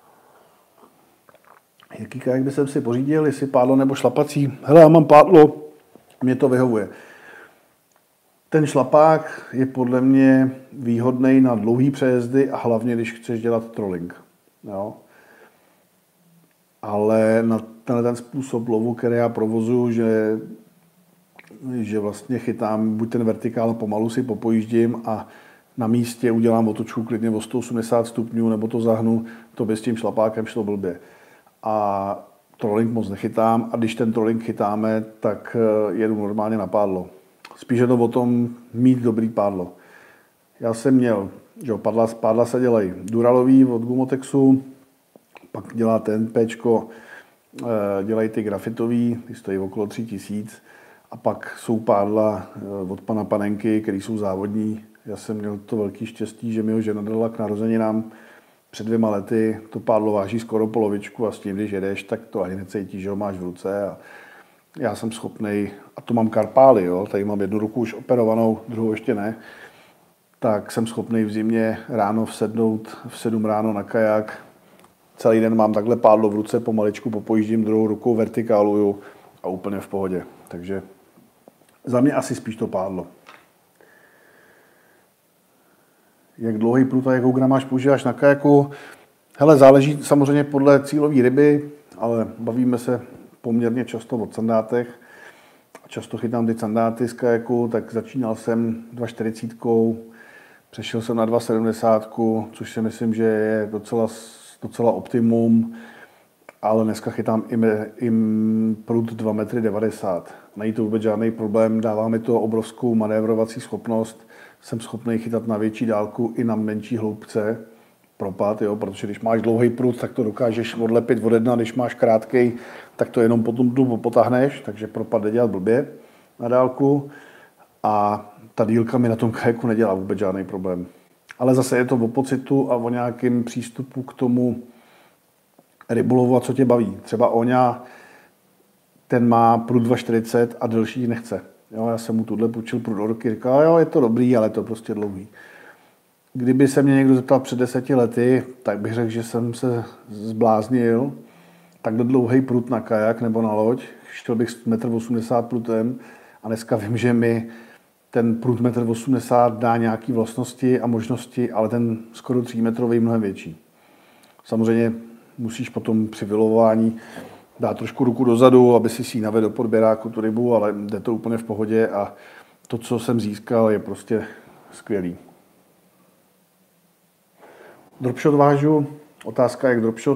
Speaker 2: Jaký kajak by jsem si pořídil, jestli pádlo nebo šlapací? Hele, já mám pádlo, mě to vyhovuje. Ten šlapák je podle mě výhodný na dlouhý přejezdy a hlavně, když chceš dělat trolling. Jo? Ale na ten způsob lovu, který já provozuju, že vlastně chytám buď ten vertikál, pomalu si popojíždím a na místě udělám otočku klidně o 180 stupňů nebo to zahnu, to by s tím šlapákem šlo blbě. A trolling moc nechytám a když ten trolling chytáme, tak jedu normálně na pádlo. Spíš je to o tom mít dobrý pádlo. Já jsem měl, že pádla se dělají duralový od Gumotexu, pak dělá TNPčko, dělají ty grafitový, ty stojí okolo 3000 a pak jsou pádla od pana Panenky, který jsou závodní. Já jsem měl to velký štěstí, že mi ho žena dala k narozeninám před 2 lety. To pádlo váží skoro polovičku a s tím, když jedeš, tak to ani necítíš, že ho máš v ruce. A já jsem schopnej, a to mám karpály, jo, tady mám jednu ruku už operovanou, druhou ještě ne, tak jsem schopnej v zimě ráno vsednout v 7 ráno na kajak. Celý den mám takhle pádlo v ruce, pomaličku popojíždím, druhou rukou vertikáluju a úplně v pohodě. Takže za mě asi spíš to pádlo. Jak dlouhý prut a jakou gramáž používáš na kajaku? Hele, záleží samozřejmě podle cílové ryby, ale bavíme se poměrně často o sandátech. Často chytám ty sandáty z kajaku, tak začínal jsem 2,40, přešel jsem na 2,70, což si myslím, že je docela optimum. ale dneska chytám i prut 2,90 m. Není to vůbec žádný problém, dává mi to obrovskou manévrovací schopnost. Jsem schopný chytat na větší dálku i na menší hloubce propad, jo? Protože když máš dlouhý prut, tak to dokážeš odlepit od jedna, když máš krátkej, tak to jenom potom tu potáhneš, takže propad jde dělat blbě na dálku. A ta dílka mi na tom kajaku nedělá vůbec žádný problém. Ale zase je to o pocitu a o nějakém přístupu k tomu rybolovu a co tě baví. Třeba Oňa, ten má prut 2,40 a delší nechce. Jo, já jsem mu tuhle půjčil prut do ruky, říkal, jo, je to dobrý, ale je to prostě dlouhý. Kdyby se mě někdo zeptal před 10 lety, tak bych řekl, že jsem se zbláznil. Takhle dlouhý prut na kajak nebo na loď, chtěl bych 1,80 m prutem a dneska vím, že mi ten prut 1,80 m dá nějaké vlastnosti a možnosti, ale ten skoro 3metrový mnohem větší. Samozřejmě musíš potom při vylovování dát trošku ruku dozadu, aby si ji navedl do podběráku tu rybu, ale jde to úplně v pohodě a to, co jsem získal, je prostě skvělý. Dropshot vážu, otázka jak dropshot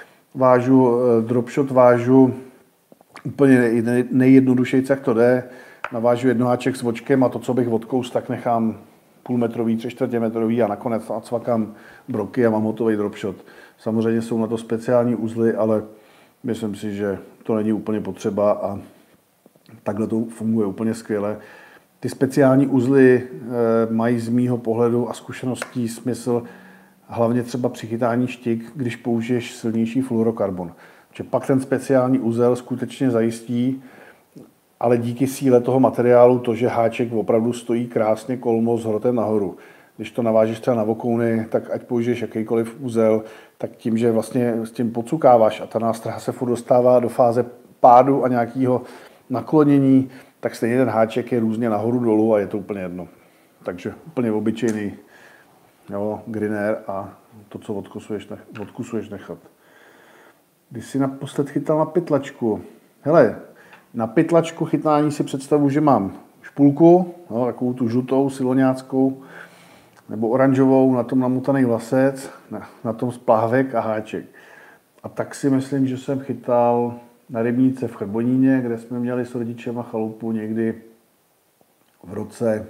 Speaker 2: vážu úplně nejjednodušejc, jak to jde. Navážu jednoháček s vočkem a to, co bych odkous, tak nechám půlmetrový, 3/4 metrový a nakonec nacvakám broky a mám hotový dropshot. Samozřejmě jsou na to speciální uzly, ale myslím si, že to není úplně potřeba a takhle to funguje úplně skvěle. Ty speciální uzly mají z mýho pohledu a zkušeností smysl hlavně třeba při chytání štik, když použiješ silnější fluorokarbon. Že pak ten speciální uzel skutečně zajistí, ale díky síle toho materiálu, to, že háček opravdu stojí krásně kolmo s hrotem nahoru. Když to navážeš třeba na vokouny, tak ať použiješ jakýkoliv úzel, tak tím, že vlastně s tím podcukáváš a ta nástraha se furt dostává do fáze pádu a nějakého naklonění, tak stejně ten háček je různě nahoru dolů a je to úplně jedno. Takže úplně obyčejný grinér a to, co odkusuješ nechat. Když si naposled chytal na pytlačku, hele, na pytlačku chytání si představu, že mám špulku, takovou tu žlutou, siloňáckou, nebo oranžovou, na tom namotaný vlasec, na tom splávek a háček. A tak si myslím, že jsem chytal na rybníce v Chrboníně, kde jsme měli s rodičema chalupu někdy v roce,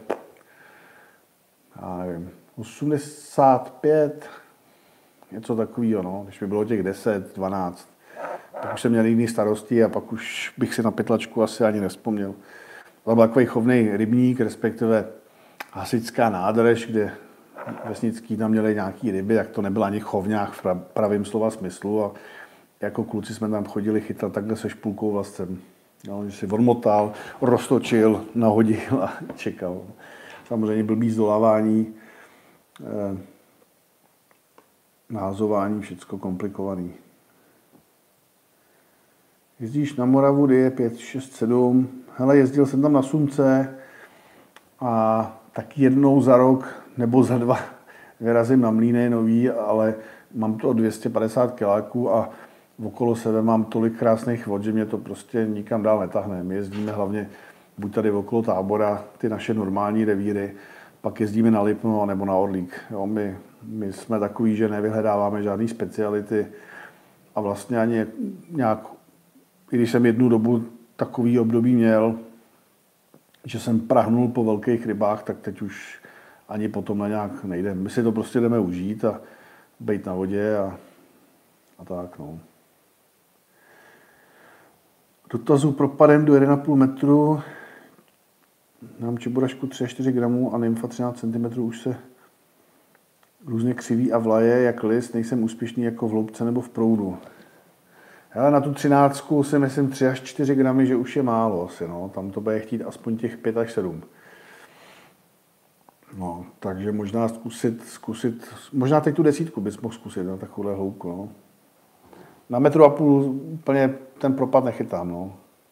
Speaker 2: já nevím, 85, něco takového, no, když mi bylo těch 10, 12. Tak už jsem měl jiný starosti a pak už bych si na pytlačku asi ani nevzpomněl. To byl takový chovný rybník, respektive hasičská nádrž, kde vesnický tam měli nějaký ryby, jak to nebyl ani chovňák v pravém slova smyslu. A jako kluci jsme tam chodili chytat takhle se špulkou vlastem. No, že si odmotal, roztočil, nahodil a čekal. Samozřejmě blbý zdolávání, nahazování, všecko komplikovaný. Jezdíš na Moravu, kdy je 5, 6, 7. Hele, jezdil jsem tam na Sumce a tak jednou za rok nebo za 2 vyrazím na Mlýny nový, ale mám to 250 kiláků a okolo sebe mám tolik krásných vod, že mě to prostě nikam dál netáhne. My jezdíme hlavně buď tady okolo Tábora, ty naše normální revíry, pak jezdíme na Lipno nebo na Orlík. Jo, my jsme takový, že nevyhledáváme žádný speciality a vlastně ani nějak, i když jsem jednu dobu takový období měl, že jsem prahnul po velkých rybách, tak teď už ani potom na nějak nejde. My si to prostě jdeme užít a být na vodě a tak, no. Dotazů propadem do 1,5 metru. Mám čeborašku 3-4 gramů a nymfa 13 cm už se různě křiví a vlaje, jak list. Nejsem úspěšný jako v hloubce nebo v proudu. Já na tu 13 si myslím 3 až 4 gramy, že už je málo asi, no. Tam to bude chtít aspoň těch 5 až 7. No, takže možná zkusit, možná teď tu 10 bys mohl zkusit na takovouhle hloubku, no. Na 1,5 metru úplně ten propad nechytám, no.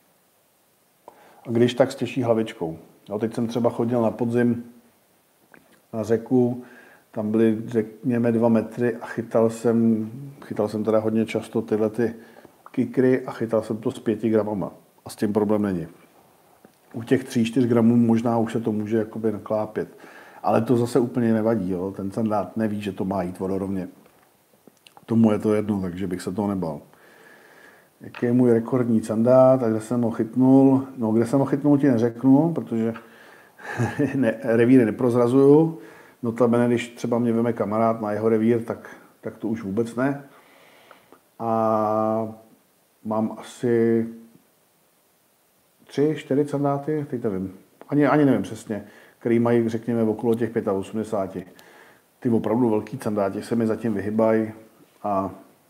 Speaker 2: A když tak s těžší hlavičkou. No, teď jsem třeba chodil na podzim na řeku, tam byly, řekněme, 2 metry a chytal jsem teda hodně často tyhle ty kikry a chytal jsem to s 5 gramama. A s tím problém není. U těch 3-4 gramů možná už se to může jakoby naklápět. Ale to zase úplně nevadí, jo. Ten sandát neví, že to má jít vodorovně. Tomu je to jedno, takže bych se toho nebal. jaký je můj rekordní sandát a kde jsem ho chytnul. No, kde jsem ho chytnul, ti neřeknu, protože revíry neprozrazuju. Notabene, když třeba mě veme kamarád na jeho revír, tak to už vůbec ne. A mám asi 3-4 sandáty, teď nevím, ani nevím přesně, který mají, řekněme, okolo těch 85. Ty opravdu velký sandáti se mi zatím vyhybají a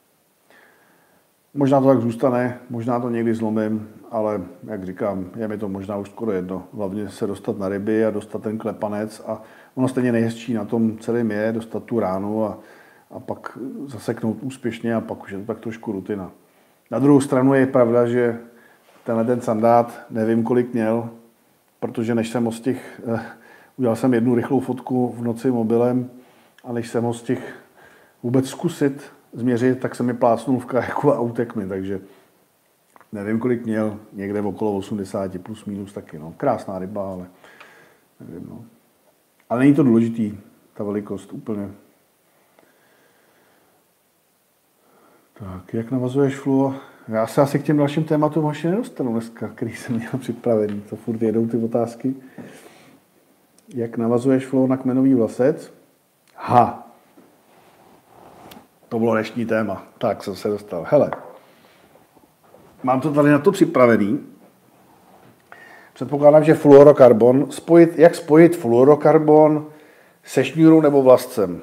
Speaker 2: možná to tak zůstane, možná to někdy zlomím, ale jak říkám, je mi to možná už skoro jedno. Hlavně se dostat na ryby a dostat ten klepanec a ono stejně nejhezčí na tom celém je dostat tu ránu a pak zaseknout úspěšně a pak už je to tak trošku rutina. Na druhou stranu je pravda, že ten sandát nevím, kolik měl, protože než jsem ho stihl, udělal jsem jednu rychlou fotku v noci mobilem a než jsem ho stihl vůbec zkusit změřit, tak se mi plácnul v kajaku a utek mi, takže nevím, kolik měl, někde okolo 80 plus minus taky, no. Krásná ryba, ale nevím, no. Ale není to důležitý, ta velikost, úplně. Tak, jak navazuješ fluo? Já se asi k těm dalším tématům ještě nedostanu dneska, který jsem měl připravený. To furt jedou ty otázky. Jak navazuješ fluo na kmenový vlasec? To bylo dnešní téma. Tak jsem se dostal. Hele, mám to tady na to připravený. Předpokládám, že fluorokarbon, jak spojit fluorokarbon se šňůrou nebo vlascem.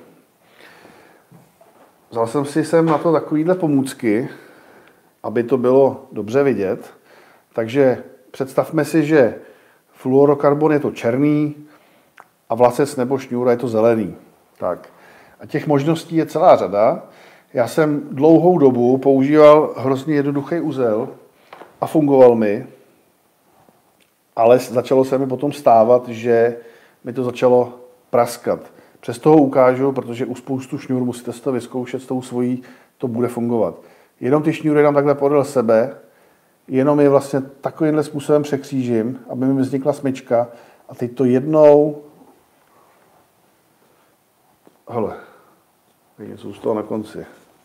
Speaker 2: Vzal jsem si sem na to takovýhle pomůcky, aby to bylo dobře vidět. Takže představme si, že fluorokarbon je to černý a vlasec nebo šňůra je to zelený. Tak. A těch možností je celá řada. Já jsem dlouhou dobu používal hrozně jednoduchý uzel a fungoval mi, ale začalo se mi potom stávat, že mi to začalo praskat. Přesto ho ukážu, protože u spoustu šňůr musíte si to vyzkoušet, s tou svojí to bude fungovat. Jenom ty šňůry dám takhle podél sebe, jenom je vlastně takovýmhle způsobem překřížím, aby mi vznikla smyčka a teď to jednou, hele, něco z toho na konci.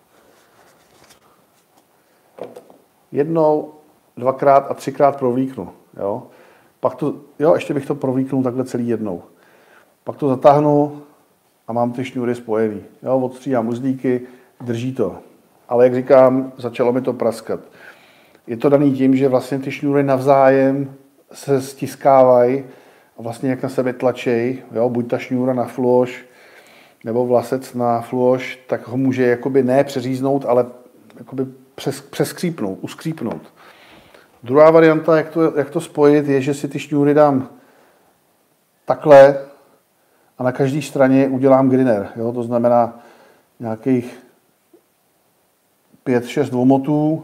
Speaker 2: Jednou, dvakrát a třikrát provlíknu, jo. Pak to, ještě bych to provlíknul takhle celý jednou. Pak to zatáhnu a mám ty šňůry spojený. Jo, odstříhám uzlíky, drží to. Ale jak říkám, začalo mi to praskat. Je to daný tím, že vlastně ty šňůry navzájem se stiskávají a vlastně jak na sebe tlačej, jo, buď ta šňůra na fluoš, nebo vlasec na fluoš, tak ho může jakoby ne přeříznout, ale jakoby přeskřípnout, uskřípnout. Druhá varianta, jak to spojit, je, že si ty šňůry dám takhle a na každé straně udělám griner. Jo? To znamená nějakých 5-6 omotů,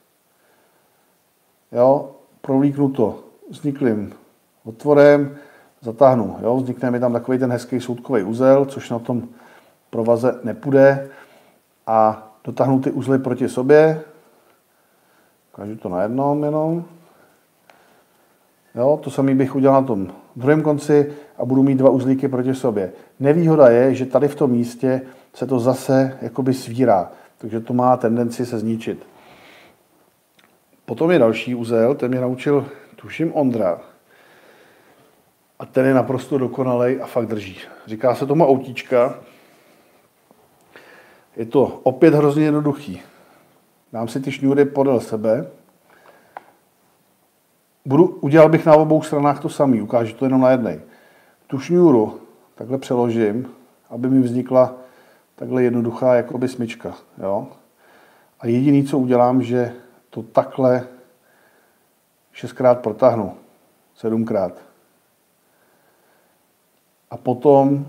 Speaker 2: jo? Provlíknu to vzniklým otvorem, zatáhnu. Jo? Vznikne mi tam takový ten hezký soudkový uzel, což na tom provaze nepůjde. A dotáhnu ty uzly proti sobě. Ukážu to na jednom jenom. Jo, to samý bych udělal na tom druhém konci a budu mít 2 uzlíky proti sobě. Nevýhoda je, že tady v tom místě se to zase jakoby svírá, takže to má tendenci se zničit. Potom je další uzel, ten mě naučil, tuším, Ondra. A ten je naprosto dokonalej a fakt drží. Říká se tomu autíčka. Je to opět hrozně jednoduchý. Dám si ty šňůry podél sebe. Udělal bych na obou stranách to samý, ukážu to jenom na jednej. Tu šňůru takhle přeložím, aby mi vznikla takhle jednoduchá jakoby smyčka. Jo? A jediný, co udělám, že to takhle 6krát protáhnu, 7krát. A potom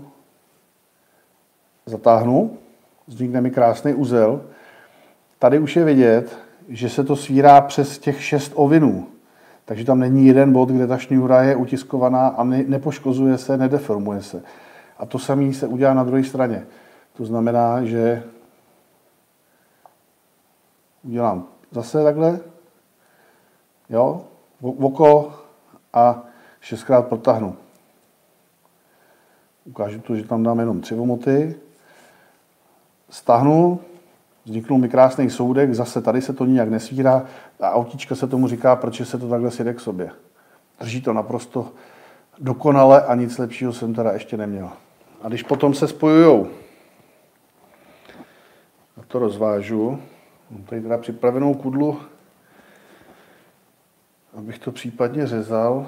Speaker 2: zatáhnu, vznikne mi krásný uzel. Tady už je vidět, že se to svírá přes těch 6 ovinů. Takže tam není jeden bod, kde ta šňůra je utiskovaná a nepoškozuje se, nedeformuje se. A to samé se udělá na druhé straně. To znamená, že udělám zase takhle, jo, oko a 6krát protáhnu. Ukážu to, že tam dám jenom 3 omoty. Stáhnu, Vzniknul mi krásný soudek, zase tady se to nijak nesvírá a autíčka se tomu říká, proč se to takhle sjede k sobě. Drží to naprosto dokonale a nic lepšího jsem teda ještě neměl. A když potom se spojujou, a to rozvážu, mám tady teda připravenou kudlu, abych to případně řezal.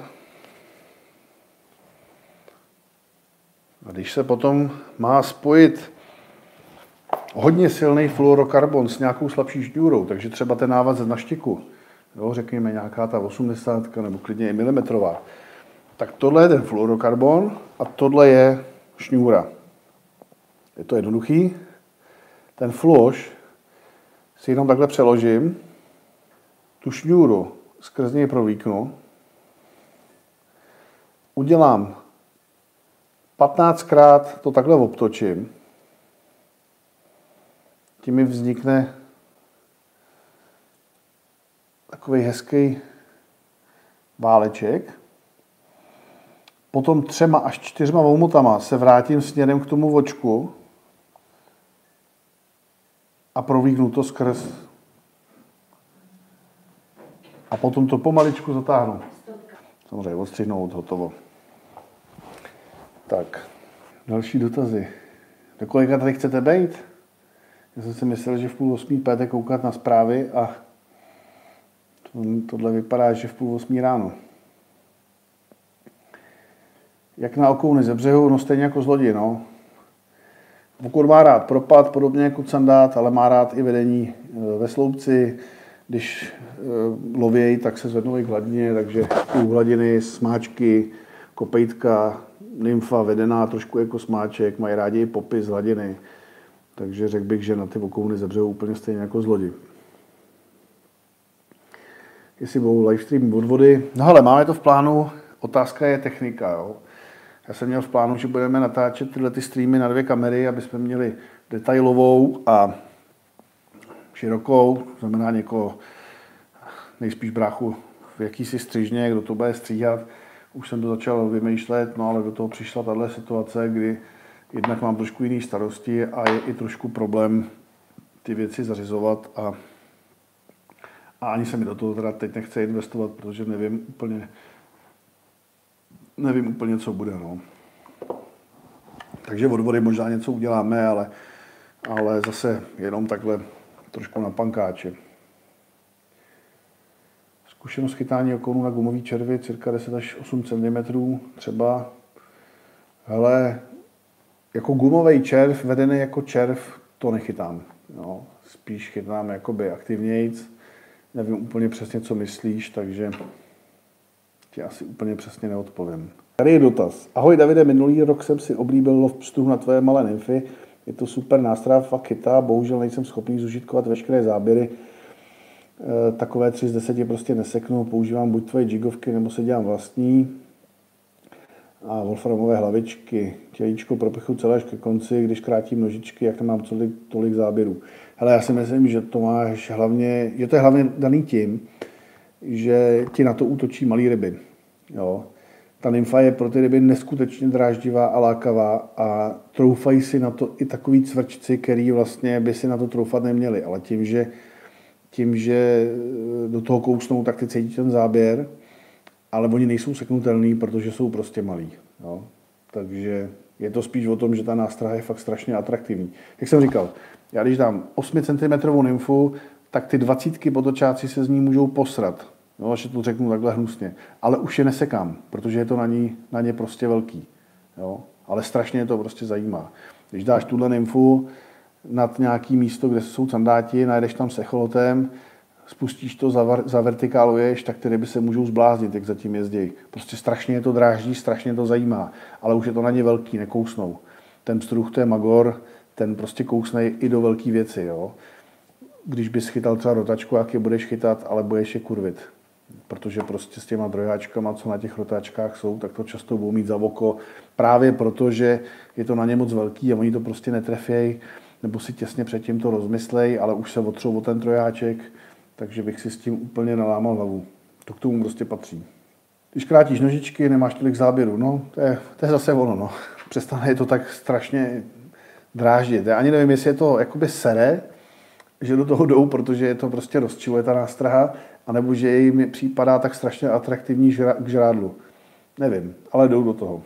Speaker 2: A když se potom má spojit hodně silný fluorokarbon s nějakou slabší šňůrou, takže třeba ten návaz na štiku, jo, řekněme nějaká ta 80 nebo klidně i milimetrová, tak tohle je ten fluorokarbon a tohle je šňůra. Je to jednoduchý. Ten fluoš si jenom takhle přeložím, tu šňůru skrz něj provlíknu, udělám 15krát to takhle obtočím, tím mi vznikne takový hezký váleček. Potom 3 až 4 omotama se vrátím směrem k tomu vočku a provlíknu to skrz. A potom to pomaličku zatáhnu. Samozřejmě odstřihnout, hotovo. Tak, další dotazy. Do kolika tady chcete být? Já jsem si myslel, že v 7:30 půjdete koukat na zprávy a tohle vypadá, že v 7:30 ráno. Jak na okouny ze břehu, no stejně jako zloděj, no. Pokud má rád propad, podobně jako candát, ale má rád i vedení ve sloupci. Když lovějí, tak se zvednou i k hladině, takže u hladiny smáčky, kopejtka, nymfa vedená trošku jako smáček, mají rádi i popis hladiny. Takže řekl bych, že na ty okouny ze břehu úplně stejně jako zlodi. Jestli budou livestream od vody. No ale máme to v plánu, otázka je technika. Jo. Já jsem měl v plánu, že budeme natáčet tyhle ty streamy na 2 kamery, aby jsme měli detailovou a širokou, znamená někoho, nejspíš bráchu v jakýsi střižně, kdo to bude stříhat. Už jsem to začal vymýšlet, no ale do toho přišla tahle situace, kdy jednak mám trošku jiný starosti a je i trošku problém ty věci zařizovat a ani se mi do toho teda teď nechce investovat, protože nevím úplně, co bude. No. Takže od vody možná něco uděláme, ale zase jenom takhle trošku na pankáče. Zkušenost chytání okounů na gumový červy, cirka 10 až 8 cm třeba. Hele, jako gumový červ, vedený jako červ, to nechytám. No, spíš chytám jakoby aktivnějc. Nevím úplně přesně, co myslíš, takže ti asi úplně přesně neodpovím. Tady je dotaz. Ahoj Davide, minulý rok jsem si oblíbil lov pstuh na tvoje malé nymfy. Je to super nástroj, fakt chytá, bohužel nejsem schopný zužitkovat veškeré záběry. Takové 3 z 10 prostě neseknu, používám buď tvoje jigovky, nebo se dělám vlastní. A wolframové hlavičky, tělíčko propichu celé až ke konci, když krátím nožičky, jak nemám tolik záběrů. Hele, já si myslím, že to máš hlavně, že to je hlavně daný tím, že ti na to útočí malý ryby. Jo. Ta nymfa je pro ty ryby neskutečně dráždivá a lákavá a troufají si na to i takový cvrčci, který vlastně by si na to troufat neměli, ale tím, že do toho kousnou, tak ty cítí ten záběr, ale oni nejsou seknutelný, protože jsou prostě malí. Jo. Takže je to spíš o tom, že ta nástraha je fakt strašně atraktivní. Jak jsem říkal, já když dám 8 cm nymfu, tak ty 20 potočáci se z ní můžou posrat. No, až to řeknu takhle hnusně. Ale už je nesekám, protože je to na ně prostě velký. Jo. Ale strašně je to prostě zajímá. Když dáš tuhle nymfu nad nějaký místo, kde jsou candáti, najdeš tam s echolotem, spustíš to, zavertikáluješ, tak ty ryby se můžou zbláznit, jak zatím jezdí. Prostě strašně je to dráždí, strašně to zajímá, ale už je to na ně velký, nekousnou. Ten pstruh, to je magor, ten prostě kousne i do velký věci. Jo. Když bys chytal třeba rotačku, jak je budeš chytat, ale budeš je kurvit. Protože prostě s těma drojáčkama, co na těch rotačkách jsou, tak to často budou mít za oko, právě protože je to na ně moc velký a oni to prostě netrefějí, nebo si těsně předtím to rozmyslej, ale už se otřou o ten trojáček, takže bych si s tím úplně nalámal hlavu. To k tomu prostě patří. Když krátíš nožičky, nemáš tolik záběrů, no, to je zase ono, no. Přestane je to tak strašně dráždit. Já ani nevím, jestli je to jakoby sere, že do toho jdou, protože je to prostě rozčiluje ta nástraha, anebo že jim připadá tak strašně atraktivní k žrádlu. Nevím, ale jdou do toho.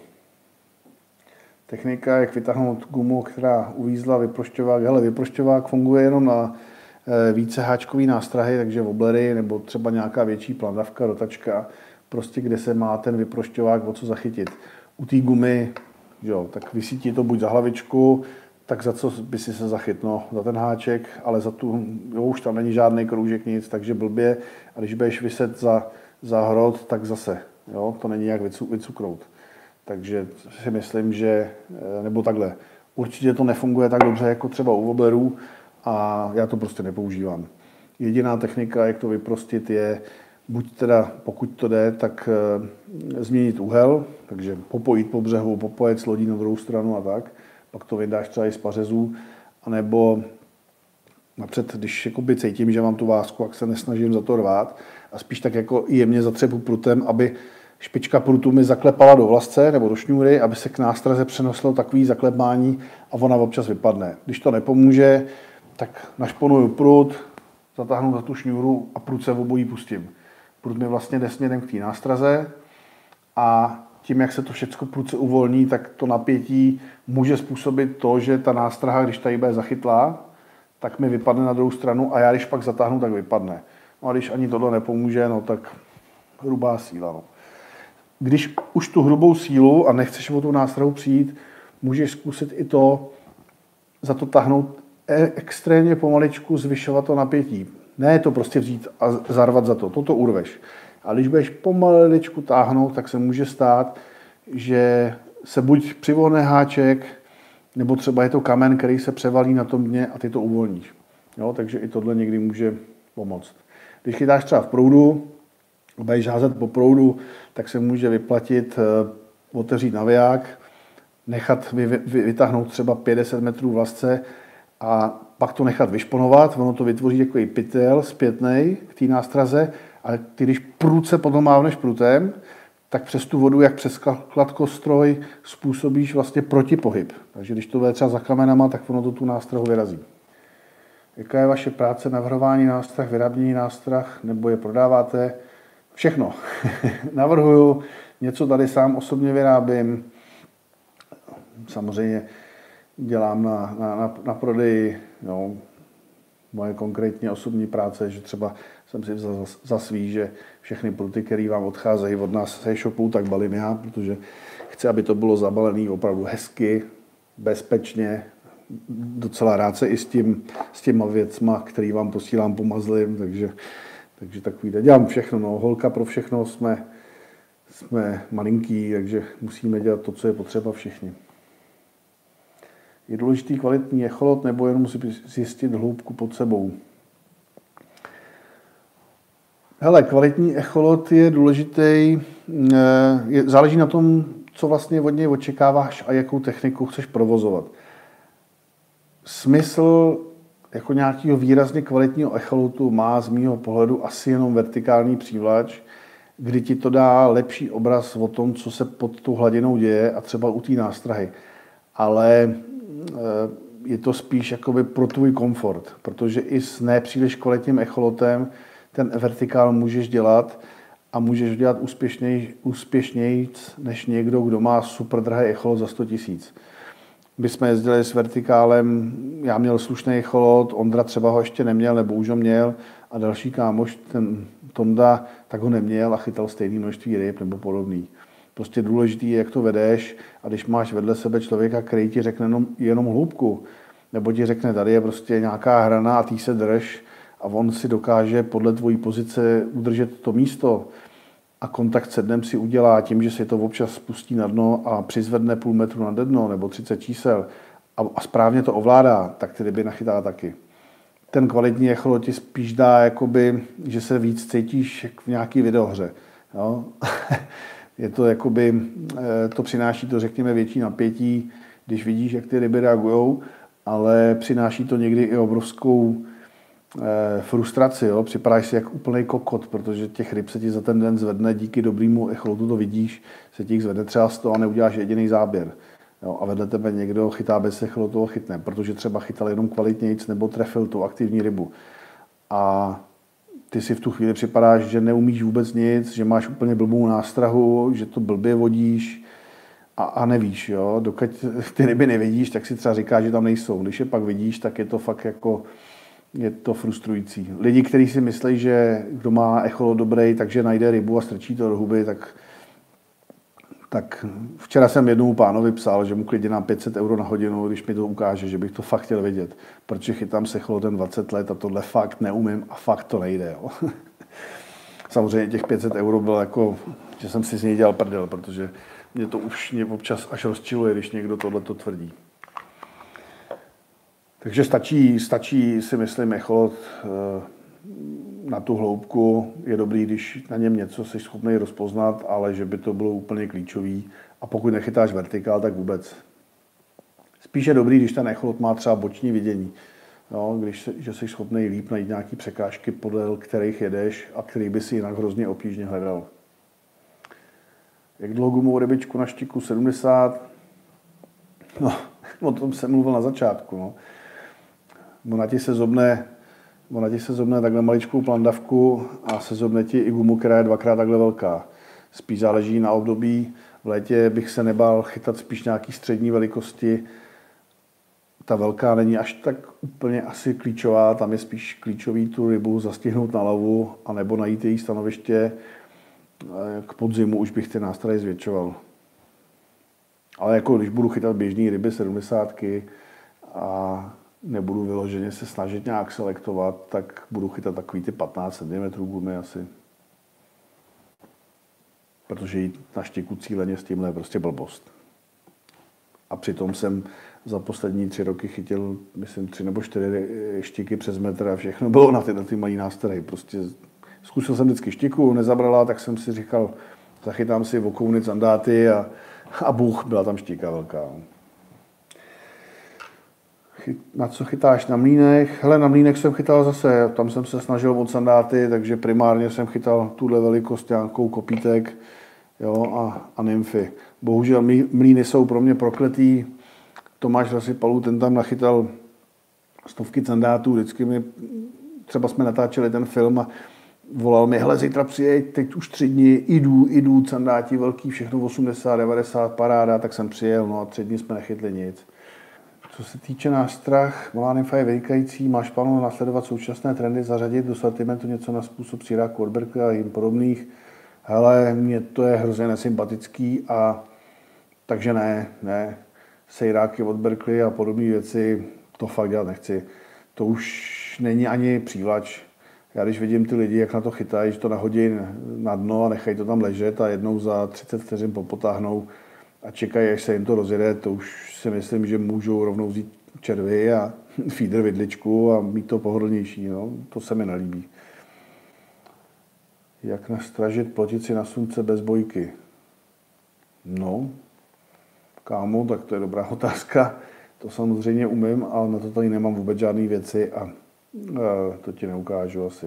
Speaker 2: Technika, jak vytáhnout gumu, která uvízla, vyprošťovák. Hele, vyprošťovák funguje jenom na více háčkový nástrahy, takže woblery nebo třeba nějaká větší plandavka, rotačka, prostě kde se má ten vyprošťovák o co zachytit. U té gumy, jo, tak vysítí to buď za hlavičku, tak za co by si se zachyt, no, za ten háček, ale za tu, jo, už tam není žádný kroužek, nic, takže blbě. A když budeš vyset za hrot, tak zase, jo, to není jak vycukrout. Takže si myslím, že, nebo takhle, určitě to nefunguje tak dobře, jako třeba u wobblerů a já to prostě nepoužívám. Jediná technika, jak to vyprostit, je buď teda, pokud to jde, tak změnit úhel, takže popojit po břehu, popojet s lodí na druhou stranu a tak, pak to vydáš třeba i z pařezů, anebo napřed, když jakoby cítím, že mám tu vásku, tak se nesnažím za to rvát a spíš tak jako jemně zatřepu prutem, aby špička prutu mi zaklepala do vlasce nebo do šňůry, aby se k nástraze přenoslo takový zaklepání a ona občas vypadne. Když to nepomůže, tak našponuju prut, zatáhnu za tu šňůru a prut se obojí pustím. Prut mi vlastně jde směrem k té nástraze a tím, jak se to všechno prudce uvolní, tak to napětí může způsobit to, že ta nástraha, když tady bude zachytlá, tak mi vypadne na druhou stranu a já když pak zatáhnu, tak vypadne. No a když ani tohle nepomůže, no tak hrubá síla. No. Když už tu hrubou sílu a nechceš o tu nástrahu přijít, můžeš zkusit i to, za to tahnout extrémně pomaličku, zvyšovat to napětí. Ne to prostě vzít a zarvat za to, toto urveš. A když budeš pomaličku táhnout, tak se může stát, že se buď přivohne háček, nebo třeba je to kamen, který se převalí na tom dně a ty to uvolníš. Jo, takže i tohle někdy může pomoct. Když chytáš třeba v proudu, budeš házet po proudu, tak se může vyplatit otevřít naviják, nechat vytáhnout třeba 50 metrů v lasce a pak to nechat vyšponovat. Ono to vytvoří takový pytel zpětnej k té nástraze, ale ty, když prudce potom mávneš prutem, tak přes tu vodu, jak přes kladkostroj, způsobíš vlastně protipohyb. Takže když to bude třeba za kamenama, tak ono to tu nástrahu vyrazí. Jaká je vaše práce, navrhování nástrah, vyrábění nástrah, nebo je prodáváte? Všechno. Navrhuju, něco tady sám osobně vyrábím. Samozřejmě dělám na prodeji. No, moje konkrétně osobní práce, že třeba jsem si vzal za svý, že všechny pruty, které vám odcházejí od nás z e-shopu, tak balím já, protože chci, aby to bylo zabalené opravdu hezky, bezpečně. Docela rád se i s těma věcma, který vám posílám, pomazlím, takže takový. Dělám všechno, no. Holka pro všechno, jsme malinký, takže musíme dělat to, co je potřeba všichni. Je důležitý kvalitní echolot, nebo jenom musí zjistit hloubku pod sebou? Hele, kvalitní echolot je důležitý, záleží na tom, co vlastně od něj očekáváš a jakou techniku chceš provozovat. Smysl jako nějakého výrazně kvalitního echolotu má z mýho pohledu asi jenom vertikální přívlač, kdy ti to dá lepší obraz o tom, co se pod tou hladinou děje a třeba u té nástrahy. Ale je to spíš jakoby pro tvůj komfort, protože i s nepříliš kvalitním echolotem ten vertikál můžeš dělat a můžeš dělat úspěšněji než někdo, kdo má super drahý echolot za 100 000. My jsme jezdili s vertikálem, já měl slušný echolot, Ondra třeba ho ještě neměl, nebo už ho měl, a další kámoš, ten Tonda, tak ho neměl a chytal stejné množství ryb nebo podobný. Prostě důležitý je, jak to vedeš, a když máš vedle sebe člověka, který ti řekne jenom hloubku, nebo ti řekne, tady je prostě nějaká hrana a ty se drž, a on si dokáže podle tvojí pozice udržet to místo a kontakt se dnem si udělá tím, že si to občas spustí na dno a přizvedne půl metru na dno nebo 30 čísel a správně to ovládá, tak ty ryby nachytá taky. Ten kvalitní echolot ti spíš dá, jakoby, že se víc cítíš v nějaký videohře. Jo? Je to jakoby, to přináší to, řekněme, větší napětí, když vidíš, jak ty ryby reagujou, ale přináší to někdy i obrovskou frustraci. Jo? Připadáš si jak úplný kokot, protože těch ryb se ti za ten den zvedne, díky dobrému echolotu to vidíš, se ti jich zvedne třeba 100 a neuděláš jediný záběr. Jo, a vedle tebe někdo chytá bez echolotu, chytne, protože třeba chytal jenom kvalitnějc nebo trefil tu aktivní rybu. A ty si v tu chvíli připadáš, že neumíš vůbec nic, že máš úplně blbou nástrahu, že to blbě vodíš a nevíš. Jo? Dokud ty ryby nevidíš, tak si třeba říkáš, že tam nejsou. Když je pak vidíš, tak je to fakt jako, je to frustrující. Lidi, kteří si myslí, že kdo má echolot dobrý, takže najde rybu a strčí to do huby, tak včera jsem jednomu pánovi psal, že mu klidně dám 500 € na hodinu, když mi to ukáže, že bych to fakt chtěl vidět. Protože chytám se echolotem 20 let a tohle fakt neumím a fakt to nejde. Jo. Samozřejmě těch 500 € bylo jako, že jsem si z něj dělal prdel, protože mě to už občas až rozčiluje, když někdo tohleto tvrdí. Takže stačí si myslím echolot na tu hloubku. Je dobrý, když na něm něco jsi schopný rozpoznat, ale že by to bylo úplně klíčový. A pokud nechytáš vertikál, tak vůbec. Spíš je dobrý, když ten echolot má třeba boční vidění. No, že jsi schopný líp najít nějaké překážky, podél kterých jedeš a který by si jinak hrozně obtížně hledal. Jak dlouho gumovou rybičku na štiku? 70. No, o tom jsem mluvil na začátku. No. Ona ti se zobne takhle maličkou plandavku a se zobne ti i gumu, která je 2x takhle velká. Spíš záleží na období. V létě bych se nebál chytat spíš nějaký střední velikosti. Ta velká není až tak úplně asi klíčová, tam je spíš klíčový tu rybu zastihnout na lavu anebo najít její stanoviště. K podzimu už bych ty nástroje zvětšoval. Ale jako když budu chytat běžný ryby 70 a nebudu vyloženě se snažit nějak selektovat, tak budu chytat takový ty 15 cm gumy asi. Protože jít na štiku cíleně s tímhle je prostě blbost. A přitom jsem za poslední 3 roky chytil, myslím, 3 nebo 4 štiky přes metr a všechno bylo na ty malý nástroje. Prostě zkusil jsem vždycky štiku, nezabrala, tak jsem si říkal, zachytám si vokouny, sandáty a bůh, byla tam štika velká. Na co chytáš? Na mlýnech? Hele, na mlýnech jsem chytal zase, tam jsem se snažil od sandáty, takže primárně jsem chytal tuhle velikost, nějakou kopítek, jo, a nymfy. Bohužel mlýny jsou pro mě prokletý. Tomáš Rasypalů, ten tam nachytal stovky sandátů, vždycky třeba jsme natáčeli ten film a volal mi, hele, zítra přijeď, teď už 3 dny, jdu, sandáti velký, všechno 80, 90, paráda, tak jsem přijel, no a 3 dny jsme nechytli nic. Co se týče nástrah, malá nymfa je vynikající, máš plánu následovat současné trendy, zařadit do sortimentu něco na způsob síráku od Berkeley a jim podobných. Hele, mně to je hrozně nesympatický a takže ne. Sejráky od Berkeley a podobné věci, to fakt dělat nechci. To už není ani přívlač. Já když vidím ty lidi, jak na to chytají, že to nahodí na dno a nechají to tam ležet a jednou za 30 vteřin popotáhnou a čekají, až se jim to rozjede, to už si myslím, že můžou rovnou vzít červy a feeder vidličku a mít to pohodlnější. No? To se mi nelíbí. Jak nastražit plotici na slunce bez bojky? No, kámo, tak to je dobrá otázka. To samozřejmě umím, ale na to tady nemám vůbec žádné věci a to ti neukážu asi.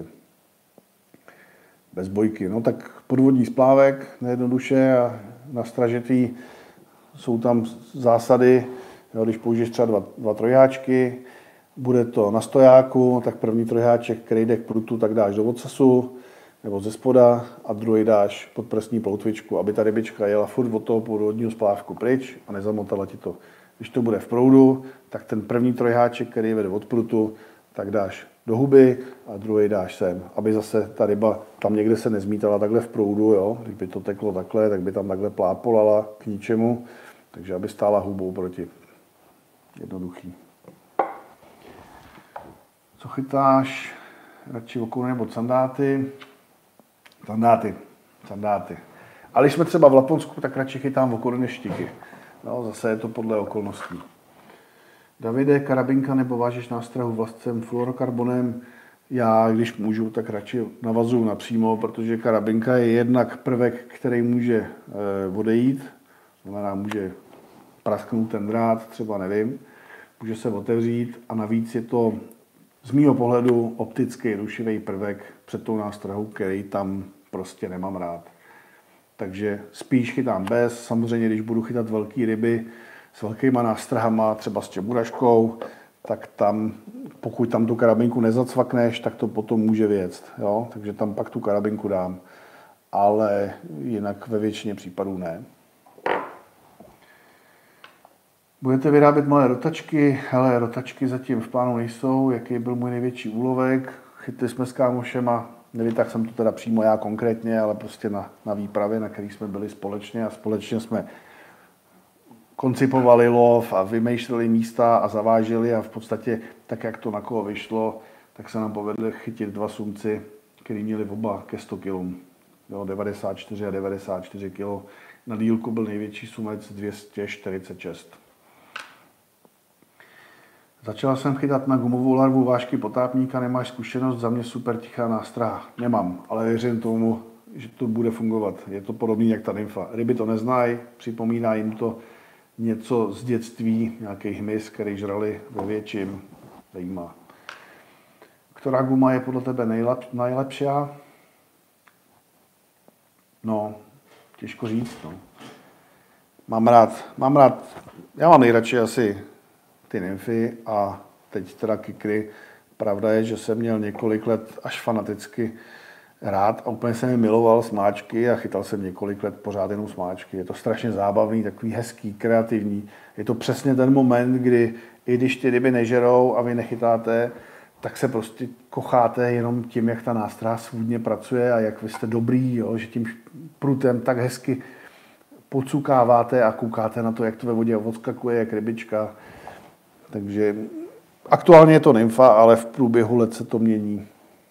Speaker 2: Bez bojky. No tak podvodní splávek, nejednoduše a nastražitý. Jsou tam zásady, jo, když použiješ třeba 2 trojháčky, bude to na stojáku, tak první trojháček, který jde k prutu, tak dáš do odsasu nebo ze spoda a druhý dáš pod prsní ploutvičku, aby ta rybička jela furt od toho podvodního splávku pryč a nezamotala ti to. Když to bude v proudu, tak ten první trojháček, který vede od prutu, tak dáš do huby a druhý dáš sem, aby zase ta ryba tam někde se nezmítala takhle v proudu, jo? Když by to teklo takhle, tak by tam takhle plápolala k ničemu, takže aby stála hubou proti. Jednoduchý. Co chytáš? Radši okouny nebo sandáty? Sandáty. Ale když jsme třeba v Laponsku, tak radši chytám okouny než štiky. No, zase je to podle okolností. Davide, karabinka nebo vážeš nástrahu vlastcem fluorokarbonem? Já, když můžu, tak radši navazuju napřímo, protože karabinka je jednak prvek, který může odejít, znamená může prasknout ten drát, třeba nevím, může se otevřít a navíc je to z mýho pohledu optický rušivý prvek před tou nástrahou, který tam prostě nemám rád. Takže spíš chytám bez, samozřejmě když budu chytat velké ryby, s velkýma nástrahama, třeba s čeburaškou, tak tam, pokud tam tu karabinku nezacvakneš, tak to potom může vyjet. Jo? Takže tam pak tu karabinku dám. Ale jinak ve většině případů ne. Budete vyrábět malé rotačky, hele, rotačky zatím v plánu nejsou. Jaký byl můj největší úlovek? Chytli jsme s kámošema, nevytáhl jsem to teda přímo já konkrétně, ale prostě na výpravě, na který jsme byli společně a společně jsme koncipovali lov a vymýšleli místa a zaváželi a v podstatě tak, jak to na koho vyšlo, tak se nám povedlo chytit 2 sumci, který měli oba ke 100 kg. 94 a 94 kg. Na dílku byl největší sumec 246. Začal jsem chytat na gumovou larvu vážky potápníka, nemáš zkušenost, za mě super tichá nástraha. Nemám, ale věřím tomu, že to bude fungovat. Je to podobné jak ta nymfa. Ryby to neznají, připomíná jim to něco z dětství, nějaký hmyz, který žrali ve větším. Zajímá. Která guma je podle tebe nejlepší? No, těžko říct. No. Mám rád, já mám nejradši asi ty nymfy a teď teda kikry. Pravda je, že jsem měl několik let až fanaticky rád a úplně jsem je miloval smáčky a chytal jsem několik let pořád jenom smáčky. Je to strašně zábavný, takový hezký, kreativní. Je to přesně ten moment, kdy i když ty ryby nežerou a vy nechytáte, tak se prostě kocháte jenom tím, jak ta nástraha svůdně pracuje a jak vy jste dobrý, jo? Že tím prutem tak hezky podsukáváte a koukáte na to, jak to ve vodě odskakuje, jak rybička. Takže aktuálně je to nymfa, ale v průběhu let se to mění.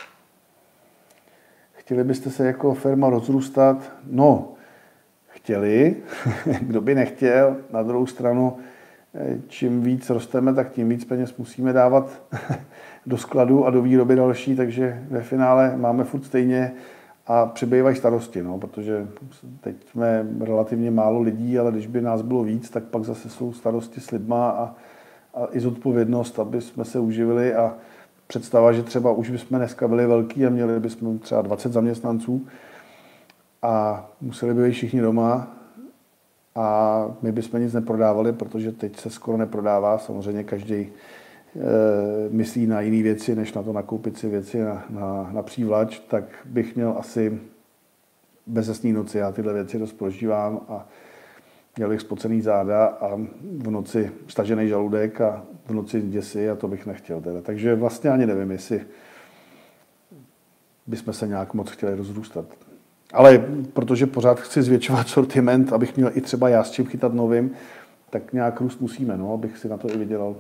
Speaker 2: Chtěli byste se jako firma rozrůstat? No, chtěli. Kdo by nechtěl? Na druhou stranu, čím víc rosteme, tak tím víc peněz musíme dávat do skladu a do výroby další, takže ve finále máme furt stejně a přibývají starosti, no, protože teď jsme relativně málo lidí, ale když by nás bylo víc, tak pak zase jsou starosti s lidma a i zodpovědnost, aby jsme se uživili a představa, že třeba už bychom dneska byli velký a měli bychom třeba 20 zaměstnanců a museli by být všichni doma a my bychom nic neprodávali, protože teď se skoro neprodává. Samozřejmě každý myslí na jiné věci, než na to nakoupit si věci na přívlač, tak bych měl asi bezesný noci. Já tyhle věci dost prožívám a měl bych spocený záda a v noci stažený žaludek a v noci děsi a to bych nechtěl. Teda. Takže vlastně ani nevím, jestli bychom se nějak moc chtěli rozrůstat. Ale protože pořád chci zvětšovat sortiment, abych měl i třeba já s čím chytat novým, tak nějak růst musíme, no, abych si na to i vydělal.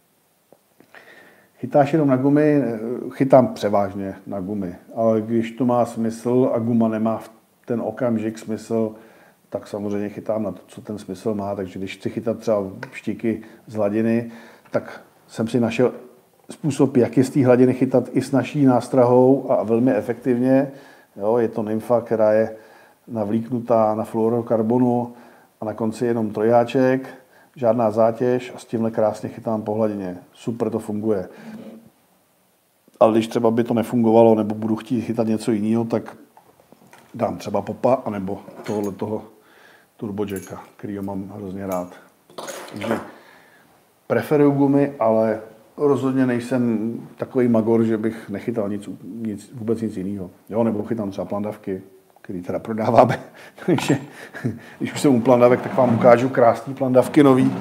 Speaker 2: Chytáš jenom na gumy? Chytám převážně na gumy. Ale když to má smysl a guma nemá v ten okamžik smysl, tak samozřejmě chytám na to, co ten smysl má. Takže když chci chytat třeba štíky z hladiny, tak jsem si našel způsob, jak je z té hladiny chytat i s naší nástrahou a velmi efektivně. Jo, je to nymfa, která je navlíknutá na fluorokarbonu a na konci jenom trojáček, žádná zátěž a s tímhle krásně chytám po hladině. Super to funguje. Ale když třeba by to nefungovalo nebo budu chtít chytat něco jiného, tak dám třeba popa anebo tohoto Turbo Jacka, kterýho mám hrozně rád. Takže preferuju gumy, ale rozhodně nejsem takový magor, že bych nechytal vůbec nic jiného. Jo, nebo chytám třeba plandavky, který teda prodáváme. Takže když už jsem u plandavek, tak vám ukážu krásný plandavky nový.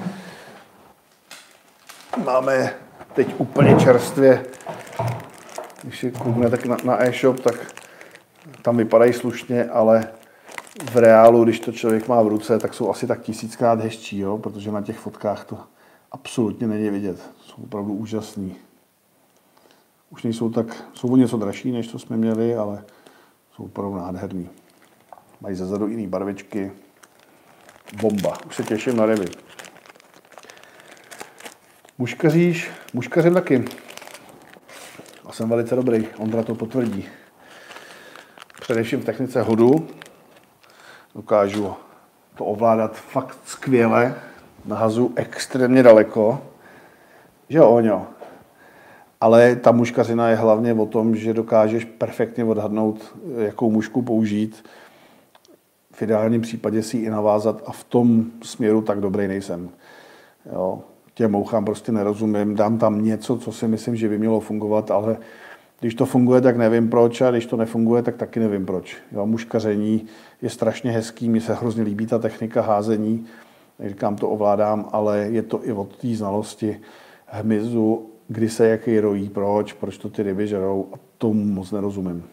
Speaker 2: Máme teď úplně čerstvě, když si kouknete na e-shop, tak tam vypadají slušně, ale v reálu, když to člověk má v ruce, tak jsou asi tak 1000krát hezčí, jo? Protože na těch fotkách to absolutně není vidět. Jsou opravdu úžasný. Už nejsou tak, jsou o něco dražší, než to jsme měli, ale jsou opravdu nádherný. Mají zezadu jiný barvičky. Bomba. Už se těším na ryby. Muškaříš? Muškařím taky. A jsem velice dobrý. Ondra to potvrdí. Především v technice hodu. Dokážu to ovládat fakt skvěle. Nahazu extrémně daleko. Že jo, Oňo? Ale ta muškařina je hlavně o tom, že dokážeš perfektně odhadnout, jakou mušku použít. V ideálním případě si ji i navázat a v tom směru tak dobrý nejsem. Jo. Těm mouchám prostě nerozumím, dám tam něco, co si myslím, že by mělo fungovat, ale když to funguje, tak nevím proč, a když to nefunguje, tak taky nevím proč. Jo, muškaření je strašně hezký, mně se hrozně líbí ta technika házení, říkám, to ovládám, ale je to i od té znalosti hmyzu, kdy se jaký rojí, proč to ty ryby žerou, a tomu moc nerozumím.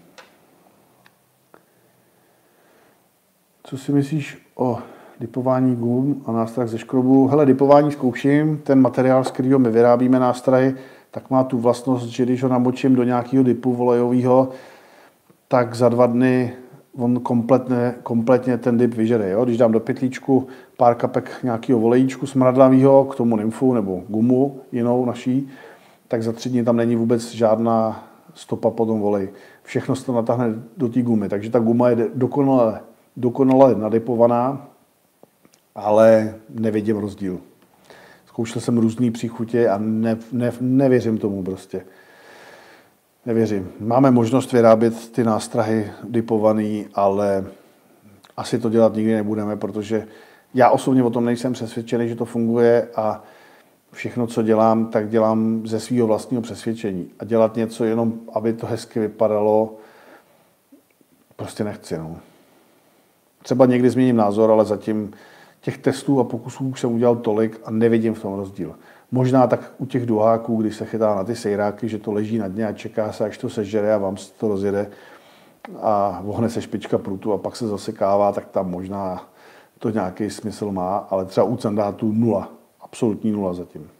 Speaker 2: Co si myslíš o dipování gum a nástrah ze škrobu? Hele, dipování zkouším, ten materiál, z kterého my vyrábíme nástrahy, tak má tu vlastnost, že když ho namočím do nějakého dipu volejového, tak za 2 dny on kompletně ten dip vyžere. Jo? Když dám do pytlíčku pár kapek nějakého volejíčku smradlavého, k tomu nymfu nebo gumu jinou naší, tak za 3 dny tam není vůbec žádná stopa po tom voleji. Všechno se to natáhne do té gumy, takže ta guma je dokonale nadipovaná, ale nevidím rozdíl. Zkoušel jsem různý příchutě a nevěřím tomu prostě. Nevěřím. Máme možnost vyrábět ty nástrahy dipovaný, ale asi to dělat nikdy nebudeme, protože já osobně o tom nejsem přesvědčený, že to funguje, a všechno, co dělám, tak dělám ze svého vlastního přesvědčení. A dělat něco jenom, aby to hezky vypadalo, prostě nechci. No. Třeba někdy změním názor, ale zatím těch testů a pokusů jsem udělal tolik a nevidím v tom rozdíl. Možná tak u těch duháků, když se chytá na ty sejráky, že to leží na dně a čeká se, až to sežere a vám se to rozjede a vohne se špička prutu a pak se zasekává, tak tam možná to nějaký smysl má, ale třeba u sandátů 0. Absolutní 0 zatím.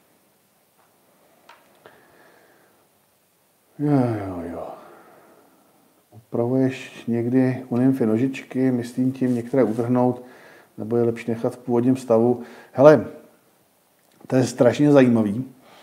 Speaker 2: Jo. Upravuješ někdy u nymfy nožičky, myslím tím některé utrhnout, nebo je lepší nechat v původním stavu? Hele, to je strašně zajímavý,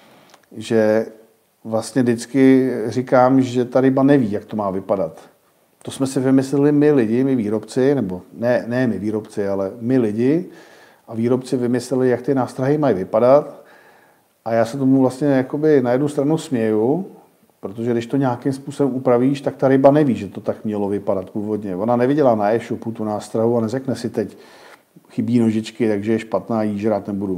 Speaker 2: že vlastně vždycky říkám, že ta ryba neví, jak to má vypadat. To jsme si vymysleli my lidi, my výrobci, nebo ne my výrobci, ale my lidi, a výrobci vymysleli, jak ty nástrahy mají vypadat. A já se tomu vlastně jakoby na jednu stranu směju, protože když to nějakým způsobem upravíš, tak ta ryba neví, že to tak mělo vypadat původně. Ona neviděla na e-shopu tu nástrahu a neřekne si teď, chybí nožičky, takže je špatná, jí žrát nebudu.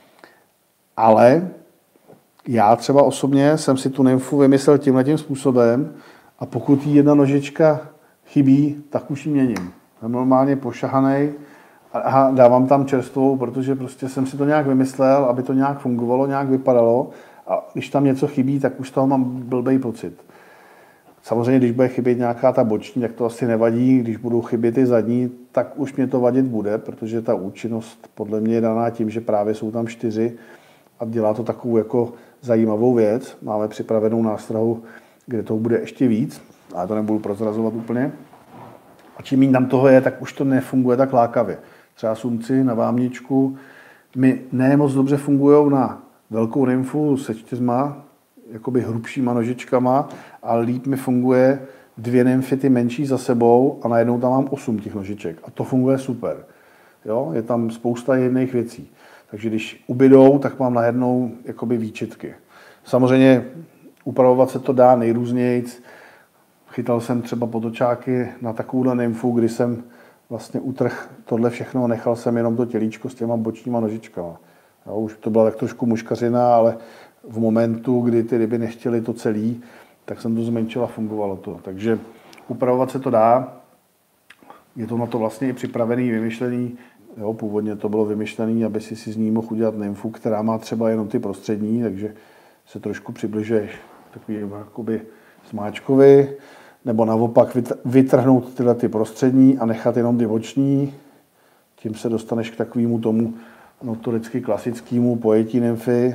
Speaker 2: Ale já třeba osobně jsem si tu nymfu vymyslel tímhletím způsobem, a pokud jí jedna nožička chybí, tak už ji měním. Jsem normálně pošahanej a dávám tam čerstvou, protože prostě jsem si to nějak vymyslel, aby to nějak fungovalo, nějak vypadalo, a když tam něco chybí, tak už z toho mám blbej pocit. Samozřejmě, když bude chybět nějaká ta boční, tak to asi nevadí. Když budou chybět ty zadní, tak už mě to vadit bude, protože ta účinnost podle mě je daná tím, že právě jsou tam 4 a dělá to takovou jako zajímavou věc. Máme připravenou nástrahu, kde toho bude ještě víc, ale to nebudu prozrazovat úplně. A čím méně tam toho je, tak už to nefunguje tak lákavě. Třeba sumci na vámničku mi ne moc dobře fungují na velkou nymfu se 4 jakoby hrubšíma nožičkama, ale líp mi funguje 2 nymfy ty menší za sebou a najednou tam mám 8 těch nožiček. A to funguje super. Jo? Je tam spousta jiných věcí. Takže když ubydou, tak mám najednou jakoby výčitky. Samozřejmě upravovat se to dá nejrůznějc. Chytal jsem třeba potočáky na takovouhle nymfu, kdy jsem vlastně utrh tohle všechno a nechal jsem jenom to tělíčko s těma bočníma nožičkama. Jo, už to byla tak trošku muškařina, ale v momentu, kdy ty ryby nechtěly to celý, tak jsem to zmenšil a fungovalo to. Takže upravovat se to dá. Je to na to vlastně i připravený, vymyšlený. Jo, původně to bylo vymyšlený, aby si z ní mohl udělat nymfu, která má třeba jenom ty prostřední, takže se trošku přibližuješ takový jakoby smáčkovi, nebo naopak vytrhnout tyhle ty prostřední a nechat jenom ty boční. Tím se dostaneš k takovému tomu notoricky klasickému pojetí nymfy.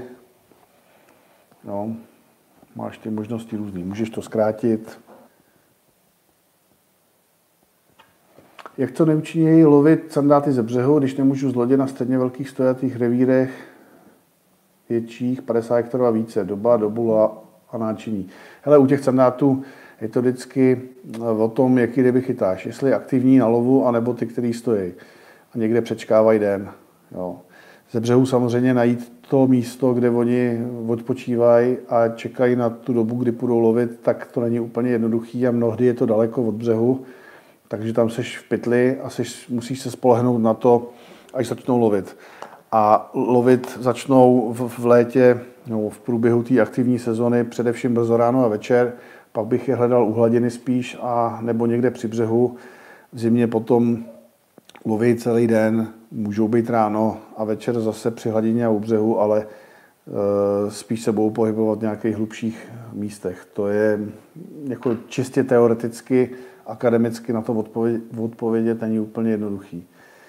Speaker 2: No, máš ty možnosti různý. Můžeš to zkrátit. Jak to neučinějí lovit sandáty ze břehu, když nemůžu z lodě na středně velkých stojatých revírech větších, 50 hektarů a více, dobu a náčiní. Hele, u těch sandátů je to vždycky o tom, jaký ryby chytáš. Jestli je aktivní na lovu, anebo ty, který stojí. A někde přečkávají den. Jo. Ze břehu samozřejmě najít to místo, kde oni odpočívají a čekají na tu dobu, kdy půjdou lovit, tak to není úplně jednoduchý a mnohdy je to daleko od břehu. Takže tam seš v pytli a musíš se spolehnout na to, až začnou lovit. a lovit začnou v létě, no, v průběhu té aktivní sezony, především brzo ráno a večer. Pak bych je hledal u hladiny spíš a nebo někde při břehu. V zimě potom loví celý den, můžou být ráno a večer zase při hladině a u břehu, ale spíš se budou pohybovat v nějakých hlubších místech. To je jako čistě teoreticky, akademicky na to odpovědět není úplně jednoduchý.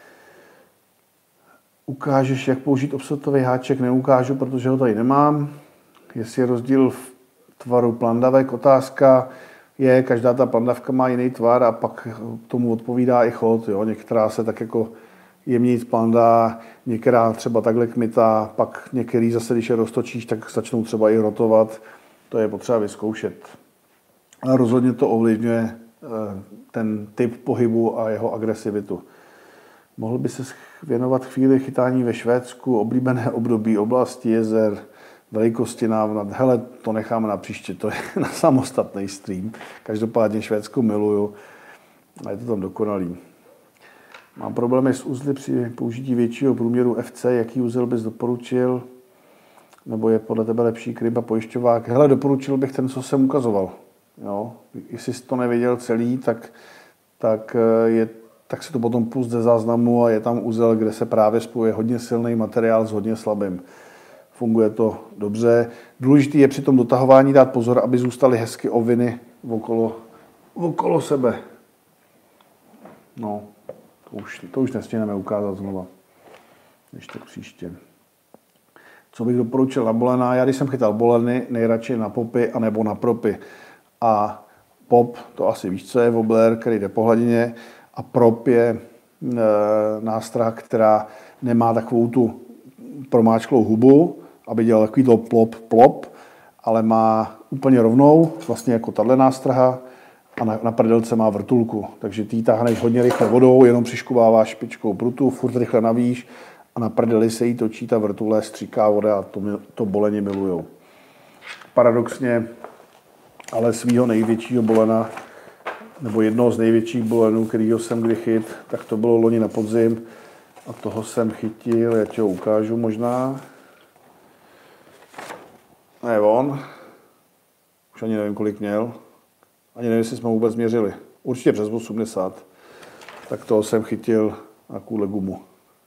Speaker 2: Ukážeš, jak použít offsetový háček? Neukážu, protože ho tady nemám. Jestli je rozdíl v tvaru plandavek, otázka je, každá ta plandavka má jiný tvar a pak tomu odpovídá i chod. Jo? Některá se tak jako jemněji plandá, některá třeba takhle kmitá, pak některý zase, když je roztočíš, tak začnou třeba i rotovat. To je potřeba vyzkoušet. Ale rozhodně to ovlivňuje ten typ pohybu a jeho agresivitu. Mohl by se věnovat chvíli chytání ve Švédsku, oblíbené období, oblasti jezer, velikosti návnat. Hele, to necháme na příště, to je na samostatný stream. Každopádně Švédsko miluju a je to tam dokonalý. Mám problémy s uzly při použití většího průměru FC. Jaký uzel bys doporučil? Nebo je podle tebe lepší kryb a pojišťovák? Hele, doporučil bych ten, co jsem ukazoval. Jo? Jestli jsi to neviděl celý, tak si to potom pust ze záznamu a je tam uzel, kde se právě spojuje hodně silný materiál s hodně slabým. Funguje to dobře. Důležité je při tom dotahování dát pozor, aby zůstaly hezky oviny okolo sebe. No, to už nestihneme ukázat znova. Ještě příště. Co bych doporučil na bolená? Já když jsem chytal boleny, nejradši na popy anebo na propy. A pop, to asi víš, co je wobbler, který jde po hladině. A prop je nástrah, která nemá takovou tu promáčklou hubu, aby dělal takový to plop, ale má úplně rovnou, vlastně jako tahle nástraha a na prdelce má vrtulku. Takže ty táhneš hodně rychle vodou, jenom přiškubáváš špičkou prutu, furt rychle navíš a na prdeli se jí točí ta vrtule, stříká voda a to boleni milujou. Paradoxně, ale svýho největšího bolena, nebo jednoho z největších bolenů, kterýho jsem kdy chyt, tak to bylo loni na podzim a toho jsem chytil, já ti ho ukážu možná. Ne, on. Už ani nevím, kolik měl. Ani nevím, jestli jsme vůbec měřili. Určitě přes 80. Tak toho jsem chytil na kůle gumu.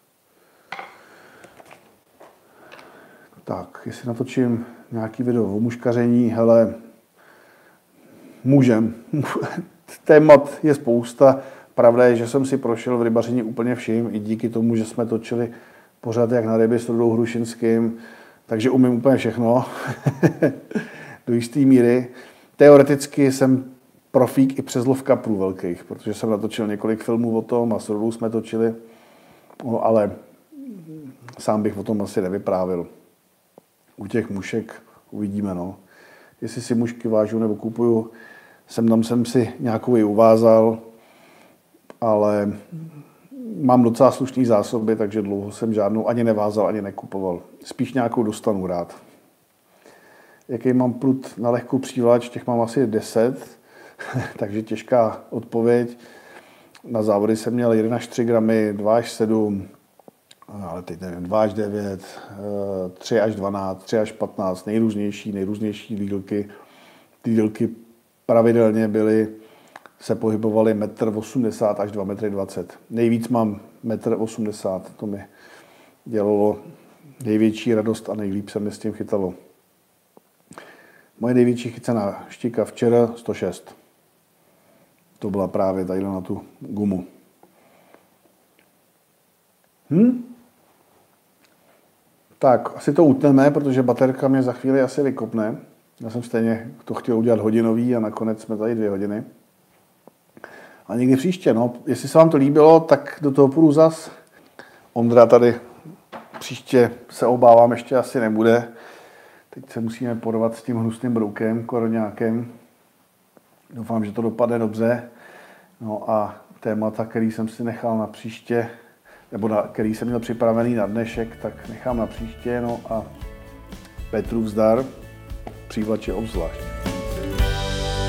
Speaker 2: Tak, jestli natočím nějaký video o muškaření, hele, můžem. Témat je spousta. Pravda je, že jsem si prošel v rybařině úplně vším, i díky tomu, že jsme točili pořád jak na ryby s Rudou Hrušinským, takže umím úplně všechno. Do jisté míry. Teoreticky jsem profík i přes lov kaprů velkých, protože jsem natočil několik filmů o tom a s Rudou jsme točili, no, ale sám bych o tom asi nevyprávil. U těch mušek uvidíme, no. Jestli si mušky vážu nebo kupuju, jsem si nějakou ji uvázal, ale mám docela slušný zásoby, takže dlouho jsem žádnou ani nevázal, ani nekupoval. Spíš nějakou dostanu rád. Jaký mám prut na lehkou přívlač, těch mám asi 10, takže těžká odpověď. Na závody jsem měl 1 až 3 gramy, 2 až 7, ale teď nevím, 2 až 9, 3 až 12, 3 až 15, nejrůznější dílky. Ty dílky pravidelně se pohybovaly 1,80 m až 2,20 m. Nejvíc mám 1,80 m, to mi dělalo největší radost a nejlíp se mi s tím chytalo. Moje největší chycená štika včera 106. To byla právě tady na tu gumu. Tak, asi to utneme, protože baterka mě za chvíli asi vykopne. Já jsem stejně to chtěl udělat hodinový a nakonec jsme tady 2 hodiny. A někdy příště, no. Jestli se vám to líbilo, tak do toho půjdu zas. Ondra tady příště se obávám ještě asi nebude. Teď se musíme porovat s tím hnusným broukem, koroňákem. Doufám, že to dopadne dobře. No a témata, který jsem si nechal na příště, nebo který jsem měl připravený na dnešek, tak nechám na příště. No a Petru vzdar, přívlače obzvlášť.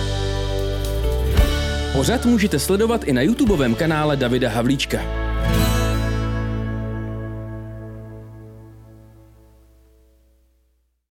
Speaker 1: Pořad můžete sledovat i na YouTubeovém kanále Davida Havlíčka.